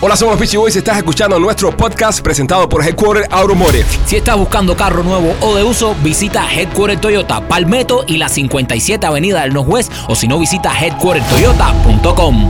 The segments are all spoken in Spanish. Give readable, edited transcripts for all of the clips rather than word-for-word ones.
Hola, somos los Peachy Boys. Estás escuchando nuestro podcast presentado por Headquarter Automotive. Si estás buscando carro nuevo o de uso, visita Headquarter Toyota, Palmetto y la 57 Avenida del Northwest, o si no, visita headquartertoyota.com.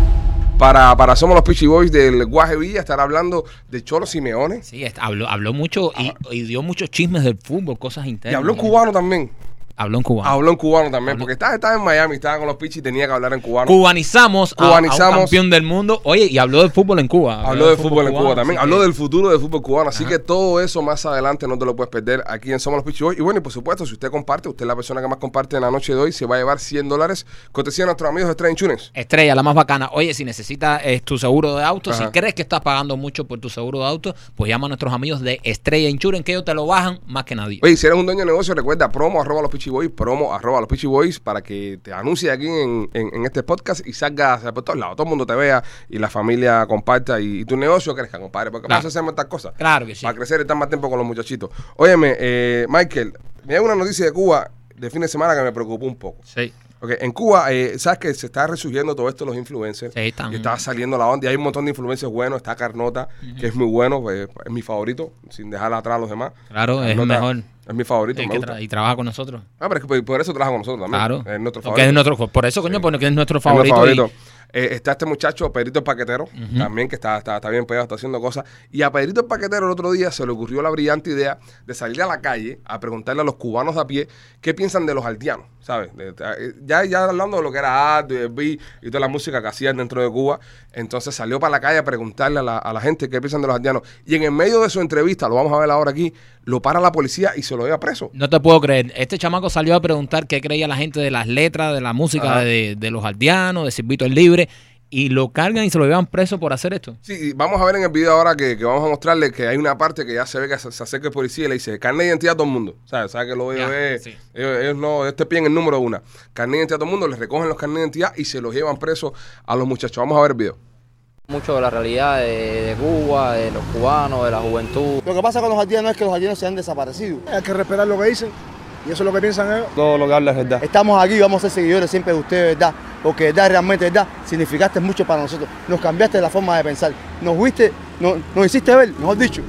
Para Somos los Peachy Boys del Guaje Villa, estar hablando de Cholo Simeone. Sí, habló mucho y dio muchos chismes del fútbol, cosas internas. Y habló en cubano también. Habló en cubano. Habló en cubano también, porque estaba en Miami, estaba con los Peachy y tenía que hablar en cubano. Cubanizamos a un campeón del mundo. Oye, y habló del fútbol en Cuba. Habló del fútbol en Cuba también. Habló del futuro del fútbol cubano. Así que todo eso más adelante no te lo puedes perder aquí en Somos los Peachy Boys. Y bueno, y por supuesto, si usted comparte, usted es la persona que más comparte en la noche de hoy, se va a llevar $100. Cortesía a nuestros amigos de Estrella Insurance. Estrella, la más bacana. Oye, si necesitas tu seguro de auto, si crees que estás pagando mucho por tu seguro de auto, pues llama a nuestros amigos de Estrella Insurance, que ellos te lo bajan más que nadie. Oye, si eres un dueño de negocio, recuerda promo @ los Peachy Boys, promo @ los Peachy Boys, para que te anuncie aquí en este podcast y salgas por todos lados, todo el mundo te vea y la familia comparta y tu negocio crezca, compadre, porque vamos a hacer estas cosas. Claro que sí. Para crecer y estar más tiempo con los muchachitos. Óyeme, Michael, me da una noticia de Cuba de fin de semana que me preocupó un poco. Sí. Okay, en Cuba, sabes que se está resurgiendo todo esto de los influencers. Sí, y está saliendo la onda. Y hay un montón de influencers buenos. Está Carnota, que es muy bueno, pues, es mi favorito, sin dejar atrás a los demás. Claro, Carnota es el mejor. Es mi favorito. Y trabaja con nosotros. Pero es que por eso trabaja con nosotros también. Claro. Es nuestro Porque favorito. por eso, coño, Sí. porque es nuestro favorito. Es nuestro favorito. Está este muchacho, Pedrito el Paquetero, también, que está bien pegado, está haciendo cosas. Y a Pedrito el Paquetero el otro día se le ocurrió la brillante idea de salir a la calle a preguntarle a los cubanos de a pie qué piensan de los haitianos, ¿sabes? Ya hablando de lo que era art, el beat y toda la música que hacían dentro de Cuba. Entonces salió para la calle a preguntarle a la gente qué piensan de los haitianos. Y en el medio de su entrevista, lo vamos a ver ahora aquí, lo para la policía y se lo lleva preso. No te puedo creer. Este chamaco salió a preguntar qué creía la gente de las letras, de la música de los aldeanos, de Silvito el Libre, y lo cargan y se lo llevan preso por hacer esto. Sí, vamos a ver en el video ahora que vamos a mostrarle que hay una parte que ya se ve que se acerca el policía y le dice carnet de identidad a todo el mundo. ¿Sabes que lo ellos sí. ellos no, ellos te piden el número 1. Carnet de identidad a todo el mundo, les recogen los carnet de identidad y se los llevan presos a los muchachos. Vamos a ver el video. Mucho de la realidad de Cuba, de los cubanos, de la juventud. Lo que pasa con los haitianos es que los haitianos se han desaparecido. Hay que respetar lo que dicen y eso es lo que piensan ellos. Todo lo que habla es verdad. Estamos aquí, vamos a ser seguidores siempre de ustedes, ¿verdad? Porque verdad, realmente, verdad, significaste mucho para nosotros. Nos cambiaste la forma de pensar. Nos viste, nos hiciste ver, mejor dicho,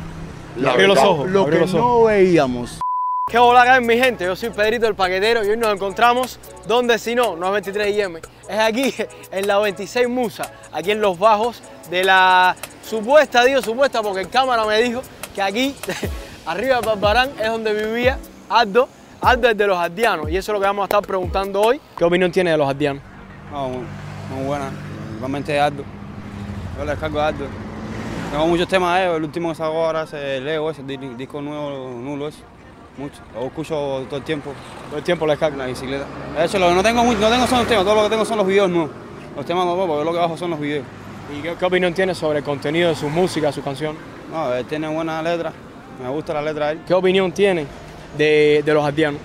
Abrió los ojos. lo que no veíamos. ¿Qué hola, acá mi gente? Yo soy Pedrito el Paquetero y hoy nos encontramos, donde si no, no es 23 IM, es aquí en la 26 Musa, aquí en los bajos de la supuesta porque el cámara me dijo que aquí, arriba de Barbarán, es donde vivía Aldo es de los aldeanos, y eso es lo que vamos a estar preguntando hoy. ¿Qué opinión tiene de los aldeanos? No, muy buena. Igualmente de Aldo. Yo le descargo a Aldo. Tengo muchos temas de él. El último que sacó ahora es el Leo, ese disco nuevo, nulo ese. Mucho. Lo escucho todo el tiempo. Todo el tiempo le descargo. En la bicicleta. De hecho, lo que no tengo son los temas. Todo lo que tengo son los videos nuevos. Los temas nuevos, porque lo que bajo son los videos. ¿Y qué opinión tiene sobre el contenido de su música, su canción? No, él tiene buena letra. Me gusta la letra de él. ¿Qué opinión tiene de los aldeanos?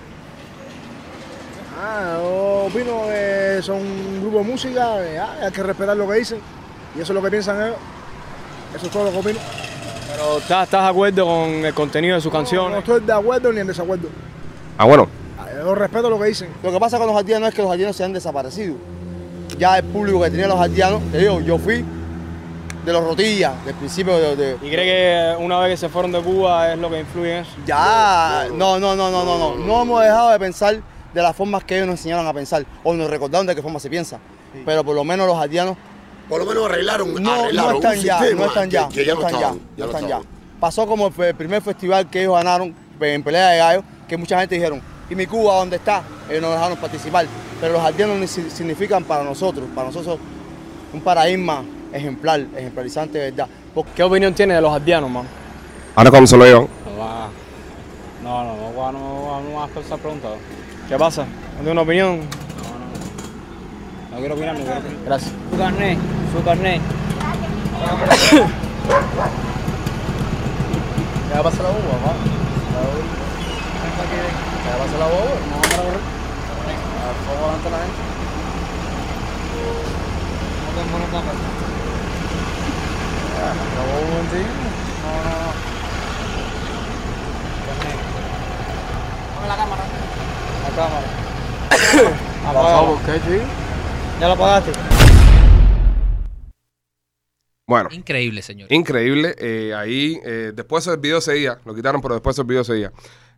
Yo opino que son un grupo de música, hay que respetar lo que dicen y eso es lo que piensan ellos. Eso es todo lo que opino. Pero ¿estás de acuerdo con el contenido de sus canciones? No estoy de acuerdo ni en desacuerdo. Bueno. Yo respeto lo que dicen. Lo que pasa con los haitianos es que los haitianos se han desaparecido. Ya el público que tenía los haitianos, te digo, yo fui de los Rotillas, del principio de... ¿Y cree que una vez que se fueron de Cuba es lo que influye en eso? Ya, no hemos dejado de pensar de las formas que ellos nos enseñaron a pensar o nos recordaron de qué forma se piensa. Sí. Pero por lo menos los haitianos por lo menos arreglaron no están un ya, sistema no están ya, que ya no no están estaban. ya. Pasó como el primer festival que ellos ganaron en pelea de gallos, que mucha gente dijeron, ¿y mi Cuba dónde está? Ellos nos dejaron participar. Pero los haitianos significan para nosotros un paradigma ejemplarizante, ¿verdad? ¿Qué opinión tiene de los aldeanos, man? Ahora cómo se lo llevan. No vas a estar preguntado. ¿Qué pasa? ¿No tiene una opinión? No quiero opinar. Gracias. Su carnet. ¿Qué va a pasar la boba, papá? ¿Qué va a pasar la boba? No vamos a correr. A fuego delante de la gente. No tengo una cámara. La boba un momentito. No. Dame la cámara. Apagado. ¿Por qué, chico? ¿Ya lo apagaste? Bueno, Increíble, señor. increíble. Ahí, después el video seguía, lo quitaron, pero después el video seguía.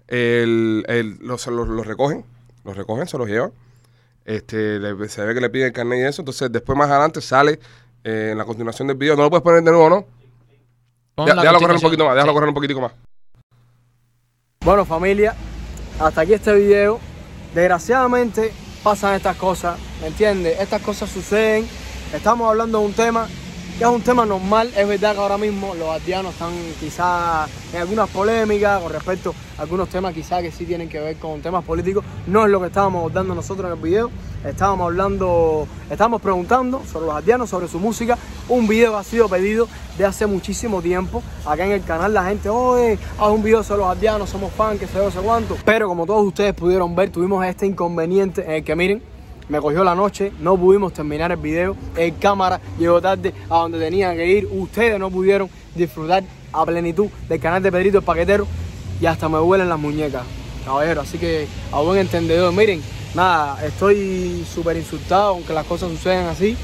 Los recogen, se los llevan. Se ve que le piden el carnet y eso. Entonces, después más adelante sale en la continuación del video. No lo puedes poner de nuevo, ¿no? Déjalo correr un poquito más, déjalo correr un poquitico más. Bueno, familia, hasta aquí este video. Desgraciadamente pasan estas cosas, ¿me entiendes? Estas cosas suceden. Estamos hablando de un tema que es un tema normal. Es verdad que ahora mismo los aldeanos están quizás en algunas polémicas con respecto a algunos temas quizás que sí tienen que ver con temas políticos. No es lo que estábamos abordando nosotros en el video. Estábamos preguntando sobre los aldeanos, sobre su música. Un video ha sido pedido de hace muchísimo tiempo. Acá en el canal la gente, oye, haz un video sobre los aldeanos, somos fans, que sé yo, sé cuánto. Pero como todos ustedes pudieron ver, tuvimos este inconveniente en el que, miren, me cogió la noche, no pudimos terminar el video. El cámara llegó tarde a donde tenía que ir. Ustedes no pudieron disfrutar a plenitud del canal de Pedrito el Paquetero. Y hasta me duelen las muñecas, caballero. Así que a buen entendedor, miren, nada, estoy súper insultado aunque las cosas sucedan así.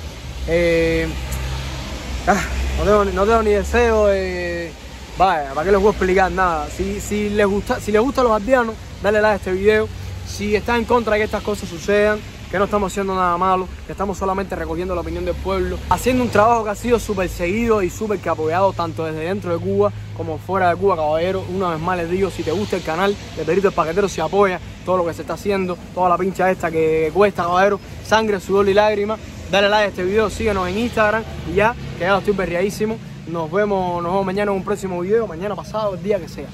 No tengo ni deseo de... Vaya, ¿para qué les voy a explicar nada? Si les gustan los aldeanos, dale like a este video. Si estás en contra de que estas cosas sucedan, que no estamos haciendo nada malo, que estamos solamente recogiendo la opinión del pueblo, haciendo un trabajo que ha sido súper seguido y súper que apoyado tanto desde dentro de Cuba como fuera de Cuba, caballero. Una vez más les digo, si te gusta el canal de Pedrito el Paquetero, si apoya todo lo que se está haciendo, toda la pincha esta que cuesta, caballero, sangre, sudor y lágrimas, dale like a este video, síguenos en Instagram y ya, que ya estoy berriadísimo. Nos vemos mañana en un próximo video, mañana pasado, el día que sea.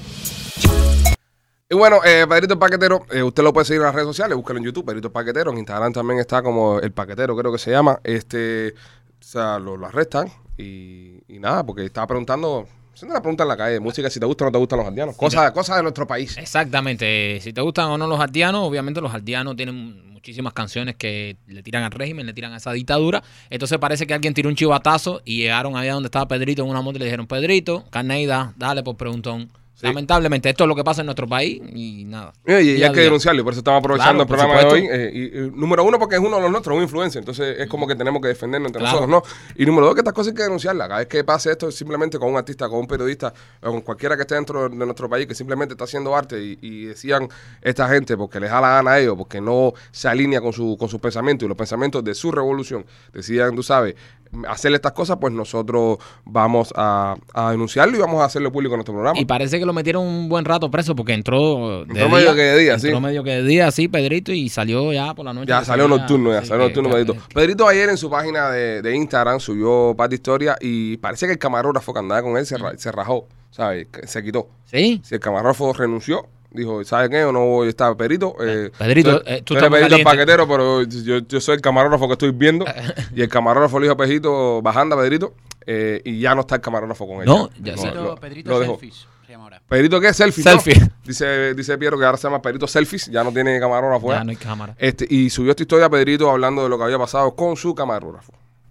Y bueno, Pedrito el Paquetero, usted lo puede seguir en las redes sociales, búscalo en YouTube, Pedrito el Paquetero, en Instagram también está como El Paquetero, creo que se llama. O sea, lo arrestan y nada, porque estaba preguntando, haciendo la pregunta en la calle, música, si te gustan o no te gustan los aldeanos, cosas de nuestro país. Exactamente, si te gustan o no los aldeanos, obviamente los aldeanos tienen muchísimas canciones que le tiran al régimen, le tiran a esa dictadura. Entonces parece que alguien tiró un chivatazo y llegaron allá donde estaba Pedrito en una moto y le dijeron, Pedrito, Carneida, dale por preguntón. Sí. Lamentablemente, esto es lo que pasa en nuestro país y nada. Y hay que denunciarlo, y por eso estamos aprovechando el programa de hoy. Número uno, porque es uno de los nuestros, un influencer. Entonces es como que tenemos que defendernos entre nosotros, ¿no? Y número dos, que estas cosas hay que denunciarlas. Cada vez que pase esto, simplemente con un artista, con un periodista, o con cualquiera que esté dentro de nuestro país, que simplemente está haciendo arte y decían esta gente, porque les da la gana a ellos, porque no se alinea con sus pensamientos y los pensamientos de su revolución, decían, tú sabes, hacerle estas cosas, pues nosotros vamos a denunciarlo y vamos a hacerlo público en nuestro programa. Y parece que lo metieron un buen rato preso porque entró medio que de día, sí. Entró medio que de día, sí, Pedrito, y salió ya por la noche. Ya salió nocturno, Pedrito. Pedrito ayer en su página de Instagram subió un par de historias y parece que el camarógrafo que andaba con él se rajó, ¿sabes? Se quitó. ¿Sí? Si el camarógrafo renunció, dijo, ¿sabes qué? Yo no voy a estar, Pedrito. Pedrito, tú eres Pedrito el Paquetero, pero yo soy el camarógrafo que estoy viendo. Y el camarógrafo le dijo a Pedrito, bajanda, Pedrito, y ya no está el camarógrafo con él. No, ya sé. Pedrito Selfies se llama ahora. ¿Pedrito qué? Selfie. Selfie. ¿No? Dice Piero que ahora se llama Pedrito Selfies, ya no tiene camarógrafo. Ya no hay cámara. Y subió esta historia a Pedrito hablando de lo que había pasado con su camarógrafo.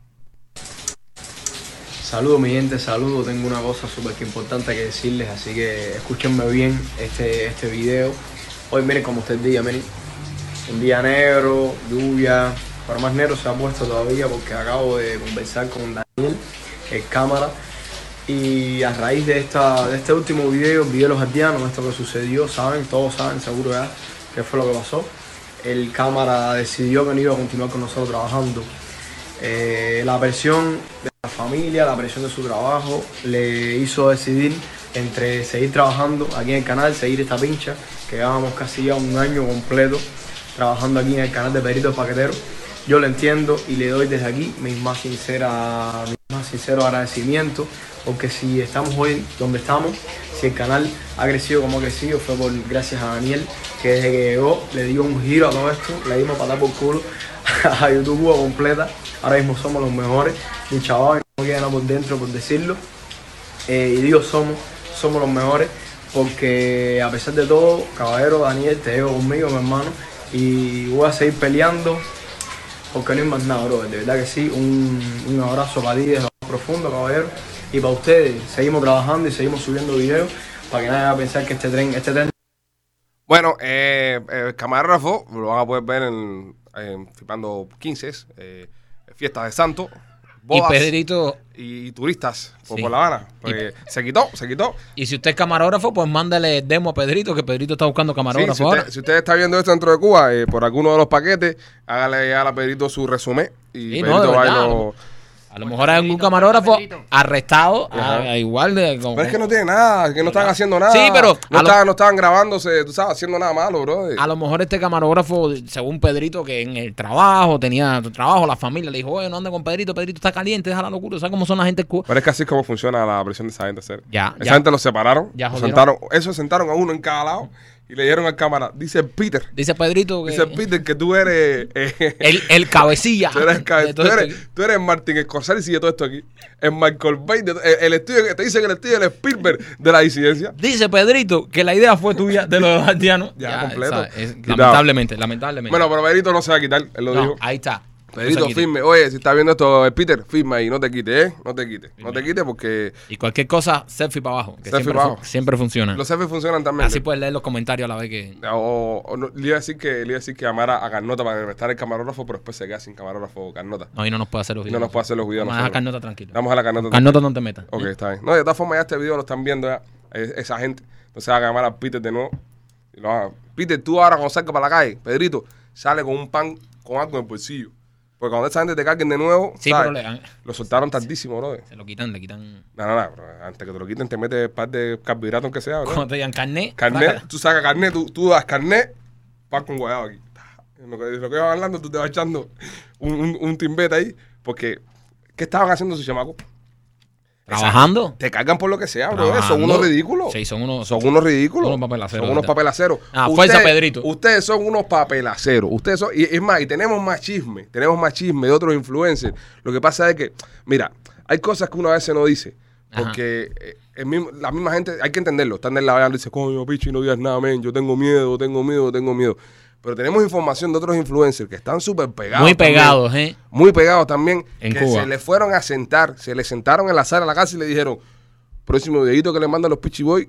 Saludos mi gente, saludos, tengo una cosa súper importante que decirles, así que escúchenme bien este video. Hoy miren como usted diga, miren, un día negro, lluvia, pero más negro se ha puesto todavía porque acabo de conversar con Daniel, el cámara, y a raíz de este último video, el video de los aldeanos, esto que sucedió, todos saben seguro ya qué fue lo que pasó. El cámara decidió que no iba a continuar con nosotros trabajando. La presión de la familia, la presión de su trabajo le hizo decidir entre seguir trabajando aquí en el canal, seguir esta pincha, que llevábamos casi ya un año completo trabajando aquí en el canal de Pedrito el Paquetero. Yo lo entiendo y le doy desde aquí mis más sinceros agradecimientos, porque si estamos hoy donde estamos, si el canal ha crecido como ha crecido, fue gracias a Daniel, que desde que llegó le dio un giro a todo esto, le dimos patada por culo a YouTube Cuba completa. Ahora mismo somos los mejores, mi chaval, no queda nada por dentro por decirlo, y digo somos los mejores, porque a pesar de todo, caballero, Daniel, te llevo conmigo, mi hermano, y voy a seguir peleando, porque no hay más nada, bro, de verdad que sí. Un abrazo para ti desde lo profundo, caballero, y para ustedes. Seguimos trabajando y seguimos subiendo videos para que nadie vaya a pensar que este tren. Bueno, el camarógrafo lo van a poder ver en Flipando 15, fiestas de santo, bodas Y Pedrito... y turistas Sí. por La Habana. Pues se quitó. Y si usted es camarógrafo, pues mándale demo a Pedrito, que Pedrito está buscando Sí, camarógrafo si ahora. usted está viendo esto dentro de Cuba, por alguno de los paquetes, hágale llegar a Pedrito su resumen y Sí, no, Pedrito de va y verdad, lo... A lo mejor hay algún camarógrafo arrestado, Ajá. igual de... como- Pero es que no tiene nada, que no están haciendo nada. Sí, pero no estaban grabándose, tú sabes, haciendo nada malo, bro. a lo mejor este camarógrafo, según Pedrito, que en el trabajo, tenía trabajo, la familia, le dijo, oye, no ande con Pedrito está caliente, deja la locura. ¿Sabes cómo son la gente en Cuba? Pero es que así es como funciona la presión de esa gente, ¿ser? Ya. Esa gente los separaron, Ya los jodieron. sentaron a uno en cada lado y le dieron al cámara, dice Peter, Dice Pedrito que tú eres... el cabecilla. Tú eres, de todo esto. tú eres Martin Scorsese y de todo esto aquí. Es Michael Bay. El estudio que te dice que el estudio del Spielberg de la disidencia. Dice Pedrito que la idea fue tuya de los haitianos. Ya, completo. Lamentablemente. Bueno, pero Pedrito no se va a quitar. Él lo No, dijo. ahí está. Pedrito, No se quite. firme. Oye, si estás viendo esto, Peter, firma ahí. No te quites, No te quites. No te quites porque Y cualquier cosa, selfie para abajo. Que Selfie siempre, para abajo. siempre funciona. los selfies funcionan también. Así puedes leer los comentarios a la vez que... Le iba a decir que llamara a Carnota para estar el camarógrafo, pero después se queda sin camarógrafo Carnota. No, y no nos puede hacer los videos. No nos puede hacer los videos. Vamos a dejar a nosotros. Carnota tranquilo. Vamos a la Carnota. Carnota no te metas. Ok, está bien. No, de todas formas ya este video lo están viendo ya esa gente. Entonces va a llamar a Peter de nuevo. Y lo haga. Peter, tú ahora cuando salgas para la calle, Pedrito, sale con un pan con algo en el bolsillo. Porque cuando esa gente te carguen de nuevo, Sí, ¿sabes? pero Lo soltaron tardísimo, bro. se lo quitan, le quitan... No, bro. Antes que te lo quiten, te metes un par de carbohidratos aunque sea, bro. Cuando te digan carnet, Carnet, sácala. tú sacas carnet, tú das carnet, pan con guayabo aquí. En lo que vas hablando, tú te vas echando un timbete ahí. Porque, ¿qué estaban haciendo sus chamacos? ¿Trabajando? Te cargan por lo que sea, bro. Trabajando. Son unos ridículos. Sí, son unos ridículos. Son unos papelaceros, Son unos ¿verdad? papelaceros. Fuerza, Pedrito. Ustedes son unos papelaceros. Ustedes son, y es más, y tenemos más chisme de otros influencers. Lo que pasa es que, mira, hay cosas que uno a veces no dice. Porque la misma gente, hay que entenderlo. Están en la valla y dice, coño, pichi, no digas nada, men. Yo tengo miedo. Pero tenemos información de otros influencers que están súper pegados. muy pegados, ¿eh? Muy pegados también. En que Cuba. se le fueron a sentar, se le sentaron en la sala de la casa y le dijeron, próximo videito que le mandan los Pichi Boy,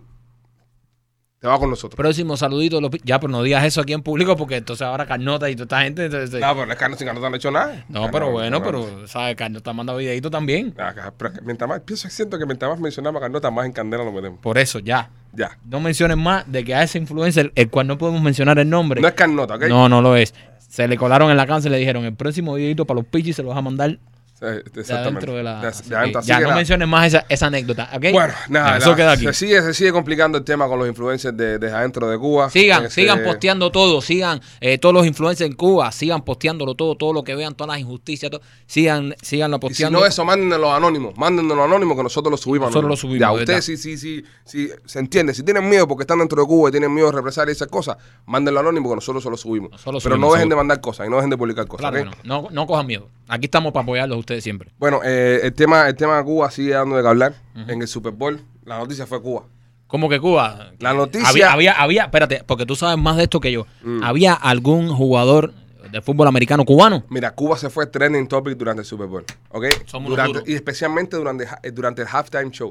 te va con nosotros. Próximo saludito. Ya, pero no digas eso aquí en público porque entonces ahora Carnota y toda esta gente... Entonces, No, pero es que sin Carnota no han hecho nada. no, pero bueno, pero, ¿sabes? Carnota manda videito también. Pero mientras más, siento que mientras más mencionamos a Carnota, más en candela lo metemos. Por eso, ya. Ya. No menciones más de que a ese influencer, el cual no podemos mencionar el nombre. No es Carnota, ¿ok? No, no lo es. Se le colaron en la cáncer y le dijeron, el próximo videito para los pichis se lo vas a mandar de adentro de la... Así que ya, no nada. menciones más esa anécdota, ¿ok? Bueno, nada, Eso queda aquí. Se sigue complicando el tema con los influencers de adentro de Cuba. Sigan posteando todo, sigan todos los influencers en Cuba, sigan posteándolo todo lo que vean, todas las injusticias, síganlo Y si posteando. no eso, mándenlo anónimos que nosotros lo subimos. Nosotros lo subimos, Ya, de verdad. ustedes sí, se entiende. Si tienen miedo porque están dentro de Cuba y tienen miedo de represar esas cosas, mándenlo anónimo que nosotros se lo subimos. Nosotros lo Pero subimos, no dejen seguro. de mandar cosas y no dejen de publicar cosas. Claro ¿ok? que no cojan miedo. Aquí estamos para apoyarlos a ustedes siempre. Bueno, el tema de Cuba sigue dando de qué hablar. En el Super Bowl, la noticia fue Cuba. ¿Cómo que Cuba? La noticia... Había, espérate, porque tú sabes más de esto que yo. ¿Había algún jugador de fútbol americano cubano? Mira, Cuba se fue trending topic durante el Super Bowl, ¿ok? Somos unos duros. Y especialmente durante el halftime show.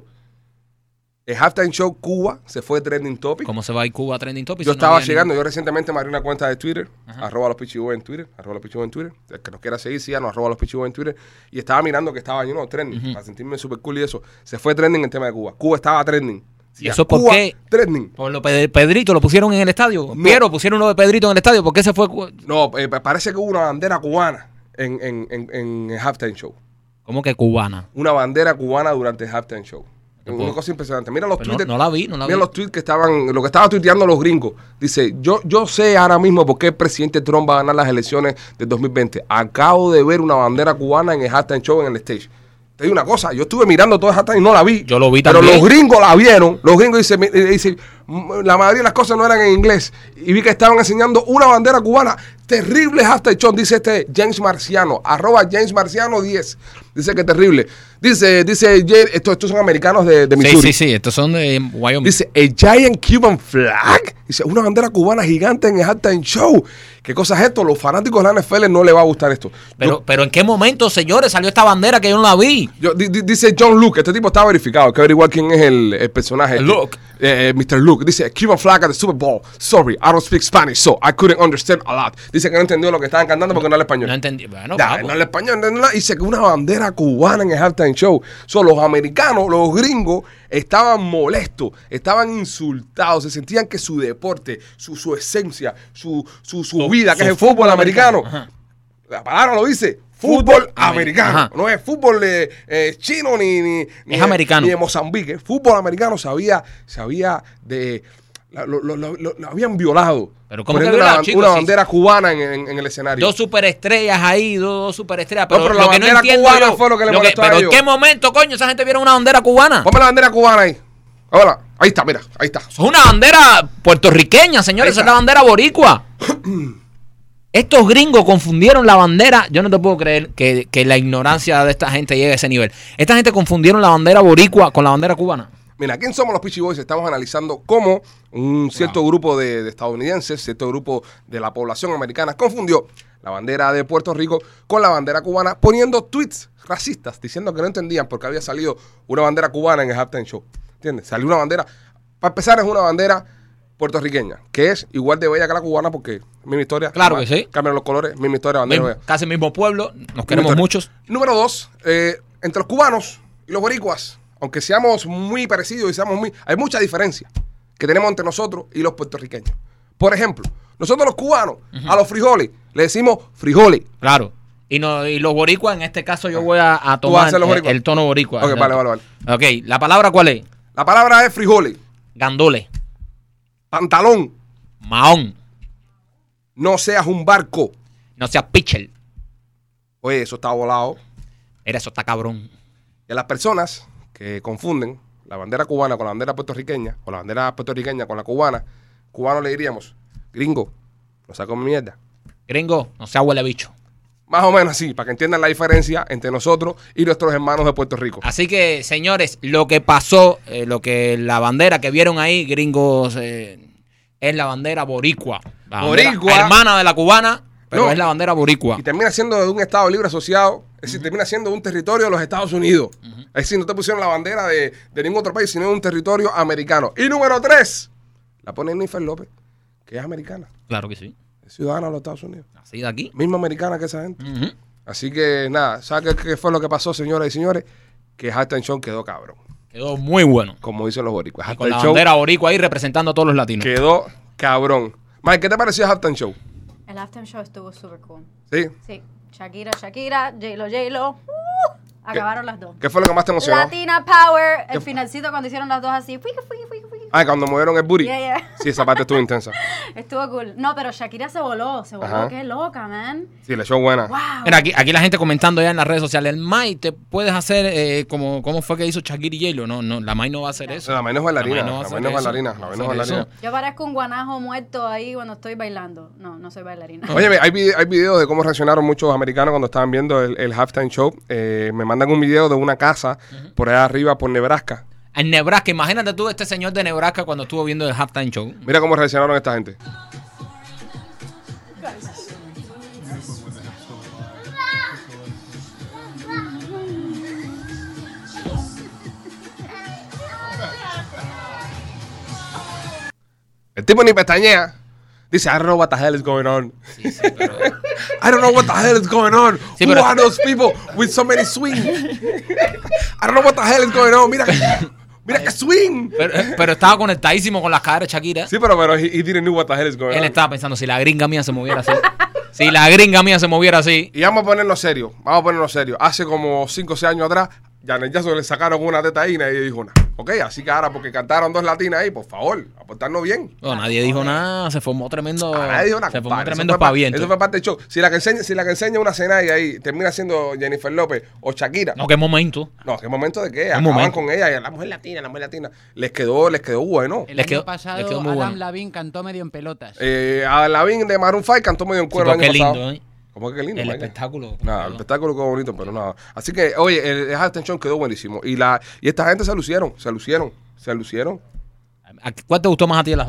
El halftime show Cuba se fue trending topic. ¿Cómo se va a ir Cuba a trending topic? Yo Si no estaba había llegando, yo recientemente me abrí una cuenta de Twitter, @los Pichiboy en Twitter, El que nos quiera seguir, síganos, @los Pichiboy en Twitter. Y estaba mirando que estaba trending, para sentirme súper cool y eso. Se fue trending el tema de Cuba. Cuba estaba trending. ¿Y eso por Cuba, qué? Trending. Por lo Pedrito lo pusieron en el estadio. No. Piero, pusieron uno de Pedrito en el estadio. ¿Por qué se fue? No, parece que hubo una bandera cubana en el halftime show. ¿Cómo que cubana? Una bandera cubana durante el halftime show. No Una puedo. cosa impresionante. Mira los Pero tweets. no la vi. Mira los tweets que estaban, lo que estaban tuiteando los gringos. Dice, yo sé ahora mismo por qué el presidente Trump va a ganar las elecciones del 2020. Acabo de ver una bandera cubana en el halftime show en el stage. Te digo una cosa, yo estuve mirando toda esa y no la vi. Yo lo vi pero también. los gringos la vieron. Los gringos dicen, la mayoría de las cosas no eran en inglés. Y vi que estaban enseñando una bandera cubana. Terrible halftime show, dice James Marciano, @JamesMarciano10. Dice que terrible. Dice estos son americanos de Missouri. Sí, estos son de Wyoming. Dice, a giant Cuban flag. Dice, una bandera cubana gigante en el halftime show. ¿Qué cosa es esto? Los fanáticos de la NFL no les va a gustar esto. Pero ¿en qué momento, señores, salió esta bandera que yo no la vi? Dice John Luke, este tipo está verificado. Hay que averiguar quién es el personaje. Luke. Mr. Luke, dice, Cuban flag at the Super Bowl. Sorry, I don't speak Spanish, so I couldn't understand a lot. Dice que no entendió lo que estaban cantando porque no habla español. No entendí. Bueno, Ya, no habla español, no, no, dice que una bandera cubana en el halftime show. Los americanos, los gringos, estaban molestos, estaban insultados, se sentían que su deporte, su esencia, su vida, que es el fútbol americano. Ajá. La palabra lo dice. Fútbol americano. Ajá. No es fútbol chino ni es americano. Ni de Mozambique. Fútbol americano se había de... Lo habían violado. Pero ¿cómo poniendo que violado, chicos? una bandera cubana en el escenario. Dos superestrellas ahí, dos superestrellas. Pero, pero la lo que no bandera entiendo cubana yo, fue lo que le molestó a pero ellos. ¿en qué momento, coño, esa gente vieron una bandera cubana? Ponme la bandera cubana ahí. Hola. Ahí está, mira. Ahí está. Es una bandera puertorriqueña, señores. Esa es la bandera boricua. Estos gringos confundieron la bandera. Yo no te puedo creer que la ignorancia de esta gente llegue a ese nivel. Esta gente confundieron la bandera boricua con la bandera cubana. Mira, ¿quién somos los Peachy Boys? Estamos analizando cómo un cierto grupo de estadounidenses, cierto grupo de la población americana confundió la bandera de Puerto Rico con la bandera cubana, poniendo tweets racistas, diciendo que no entendían porque había salido una bandera cubana en el halftime show. ¿Entiendes? Salió una bandera, para empezar es una bandera puertorriqueña, que es igual de bella que la cubana porque misma historia. Claro que sí. Cambian los colores, misma historia, bandera bella. Casi mismo pueblo, nos queremos muchos. Número 2, entre los cubanos y los boricuas, aunque seamos muy parecidos y seamos hay mucha diferencia que tenemos entre nosotros y los puertorriqueños. Por ejemplo, nosotros los cubanos, a los frijoles, le decimos frijoles. Claro. Y los boricuas, en este caso yo voy a tomar el tono boricua. Ok, vale. Ok, ¿la palabra cuál es? La palabra es frijoles. Gandole. Pantalón. Mahón. No seas un barco. No seas pitcher. Oye, eso está volado. Mira, eso está cabrón. Y a las personas que confunden la bandera cubana con la bandera puertorriqueña, o la bandera puertorriqueña con la cubana, cubanos le diríamos, gringo, no saco mi mierda. Gringo, no sea huele bicho. Más o menos así, para que entiendan la diferencia entre nosotros y nuestros hermanos de Puerto Rico. Así que, señores, lo que pasó, la bandera que vieron ahí, gringos, es la bandera boricua. La bandera hermana de la cubana, pero es la bandera boricua. Y termina siendo de un Estado libre asociado, es decir, termina siendo un territorio de los Estados Unidos. Es decir, no te pusieron la bandera de ningún otro país, sino de un territorio americano. Y número 3, la pone Jennifer López, que es americana. Claro que sí. Es ciudadana de los Estados Unidos. Así de aquí. Misma americana que esa gente. Así que nada, ¿sabes qué fue lo que pasó, señoras y señores? Que Halftime Show quedó cabrón. Quedó muy bueno. Como dicen los boricuas. Con la bandera boricua ahí representando a todos los latinos. Quedó cabrón. Mike, ¿qué te pareció el Halftime Show? El halftime show estuvo súper cool. ¿Sí? Sí. Shakira, J-Lo. Acabaron las dos. ¿Qué fue lo que más te emocionó? Latina Power. El finalcito cuando hicieron las dos así. Cuando movieron el booty. Yeah. Sí, esa parte estuvo intensa. Estuvo cool. No, pero Shakira se voló. Ajá. Qué loca, man. Sí, le echó buena. Wow. Mira, aquí la gente comentando ya en las redes sociales. El Mai, ¿te puedes hacer cómo fue que hizo Shakira y J-Lo? No, la Mai no va a hacer eso. La Mai no es bailarina. La Mai no es bailarina. Yo parezco un guanajo muerto ahí cuando estoy bailando. No soy bailarina. Oye, hay videos de cómo reaccionaron muchos americanos cuando estaban viendo el halftime show. Me mandan un video de una casa por allá arriba, por Nebraska. En Nebraska, imagínate tú este señor de Nebraska cuando estuvo viendo el halftime show. Mira cómo reaccionaron esta gente. El tipo ni pestañea. Dice, I don't know what the hell is going on. Sí, pero... I don't know what the hell is going on. Sí, Who pero... are those people with so many swings? I don't know what the hell is going on. Mira que swing. Pero estaba conectadísimo con las caderas de Shakira. Sí, pero he didn't know what the hell is going on. Él estaba pensando, si la gringa mía se moviera así. Si la gringa mía se moviera así. Y vamos a ponernos serios. Hace como 5 o 6 años atrás, Janet Jackson le sacaron una teta y nadie dijo nada. Ok, así que ahora porque cantaron 2 latinas ahí, por favor, aportarnos bien. No, nadie dijo nada, se formó tremendo. Nadie dijo nada. Se formó tremendo espaviento. Eso fue parte del show. Si la que enseña una Zenay ahí termina siendo Jennifer López o Shakira. No, qué momento. No, qué momento de qué. Acaban con ella y la mujer latina. Les quedó bueno. El año pasado Adam Levine cantó medio en pelotas. Adam Levine de Maroon 5 cantó medio en cuero el año pasado. Qué lindo, ¿Cómo que lindo? El espectáculo. Nada, el espectáculo quedó bonito, pero nada. Así que, oye, el halftime show quedó buenísimo. Y esta gente se lucieron. ¿Cuál te gustó más a ti de las dos?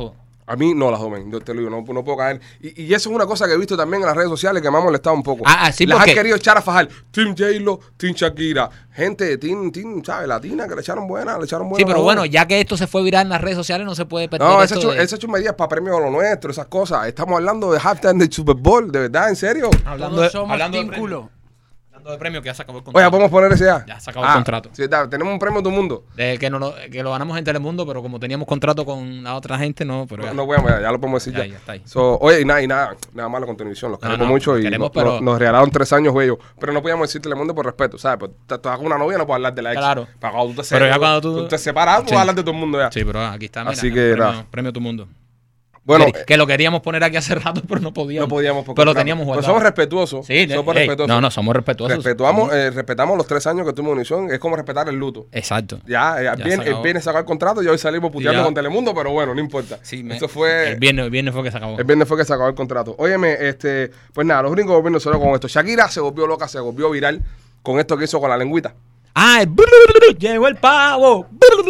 A mí no las domen, yo te lo digo, no puedo caer. Y eso es una cosa que he visto también en las redes sociales que me ha molestado un poco. Sí, las porque... han querido echar a fajar. Team J-Lo, Team Shakira. Gente, team, ¿sabes? Latina, que le echaron buena. Sí, pero bueno, ya que esto se fue viral en las redes sociales, no se puede perder. No, esas chumerías para premios a lo nuestro, esas cosas. Estamos hablando de halftime del Super Bowl, de verdad, en serio. Hablando de culo. De premio que ya se acabó el contrato. Oye, ¿podemos poner ese ya? Ya se acabó el contrato. Sí, tenemos un premio de todo el mundo. Que lo ganamos en Telemundo, pero como teníamos contrato con la otra gente, no. Pero no podemos, ya lo podemos decir ya. Está ahí. Oye, y nada malo con televisión. Los queremos mucho pero... nos regalaron 3 años, güey. Pero no podíamos decir Telemundo por respeto, ¿sabes? Pues tú hagas una novia, no puedes hablar de la ex. Claro. Para cuando tú te separas, puedes hablar de todo el mundo ya. Sí, pero aquí está. Mira, así que premio a todo el mundo. Bueno, que lo queríamos poner aquí hace rato, pero no podíamos. Porque pero lo teníamos guardado. Pero somos respetuosos. Sí, somos respetuosos. No, somos respetuosos. Respetamos los 3 años que tuvimos en Univision. Es como respetar el luto. Exacto. El viernes sacó el contrato y hoy salimos puteando con Telemundo, pero bueno, no importa. Sí, eso fue... El viernes fue que se acabó. El viernes fue que se acabó el contrato. Óyeme, pues nada, los gringos volviendo solo con esto. Shakira se volvió loca, se volvió viral con esto que hizo con la lengüita. Llegó el pavo.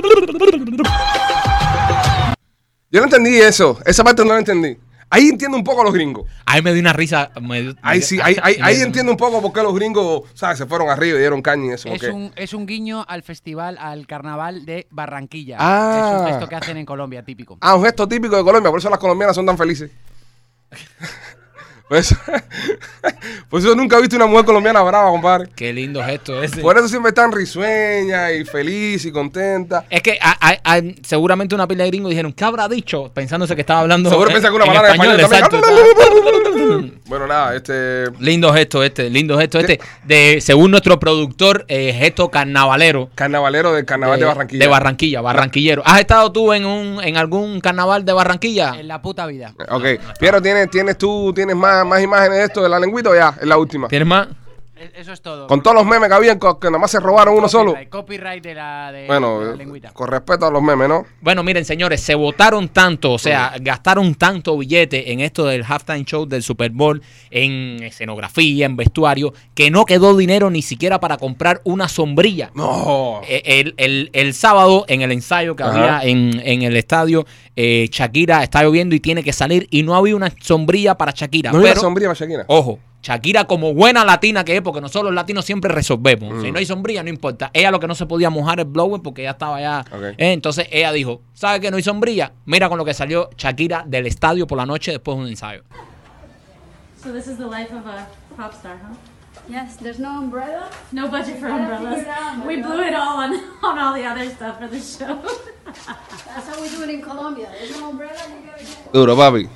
Yo no entendí eso. Esa parte no la entendí. Ahí entiendo un poco a los gringos. Ahí me dio una risa. Ahí entiendo un poco por qué los gringos, ¿sabes? Se fueron arriba y dieron caña y eso. Es un guiño al festival, al carnaval de Barranquilla. Ah. Es un gesto que hacen en Colombia, típico. Un gesto típico de Colombia. Por eso las colombianas son tan felices. Por eso nunca he visto una mujer colombiana brava, compadre. Qué lindo gesto ese. Por eso siempre están risueñas y feliz y contentas. Es que seguramente una pila de gringos dijeron, ¿qué habrá dicho? Pensándose que estaba hablando seguro piensa que una palabra en español exacto. Bueno, nada, lindo gesto de según nuestro productor, gesto carnavalero. Carnavalero del carnaval de Barranquilla. De Barranquilla, barranquillero. ¿Has estado tú en algún carnaval de Barranquilla? En la puta vida. Ok. Piero, ¿tienes más imágenes de esto de la lengüita o ya? Es la última. ¿Tienes más? Eso es todo. Con todos los memes que habían, que nada más se robaron uno solo. Copyright de la lengüita. Con respeto a los memes, ¿no? Bueno, miren, señores, se votaron tanto, o sea, gastaron tanto billete en esto del halftime show del Super Bowl, en escenografía, en vestuario, que no quedó dinero ni siquiera para comprar una sombrilla. No. El sábado, en el ensayo que había en el estadio, Shakira está lloviendo y tiene que salir y no había una sombrilla para Shakira. ¿No había una sombrilla para Shakira? Ojo. Shakira, como buena latina que es, porque nosotros los latinos siempre resolvemos. Si no hay sombrilla, no importa. Ella lo que no se podía mojar el blower porque ella estaba ya. Entonces ella dijo, ¿sabe que no hay sombrilla? Mira con lo que salió Shakira del estadio por la noche después de un ensayo. So this is the life of a pop star, huh? Yes, there's no umbrella. No budget for umbrellas. We blew it all on all the other stuff for the show. That's how we do it in Colombia. There's no umbrella, you gotta get. Duro, papi.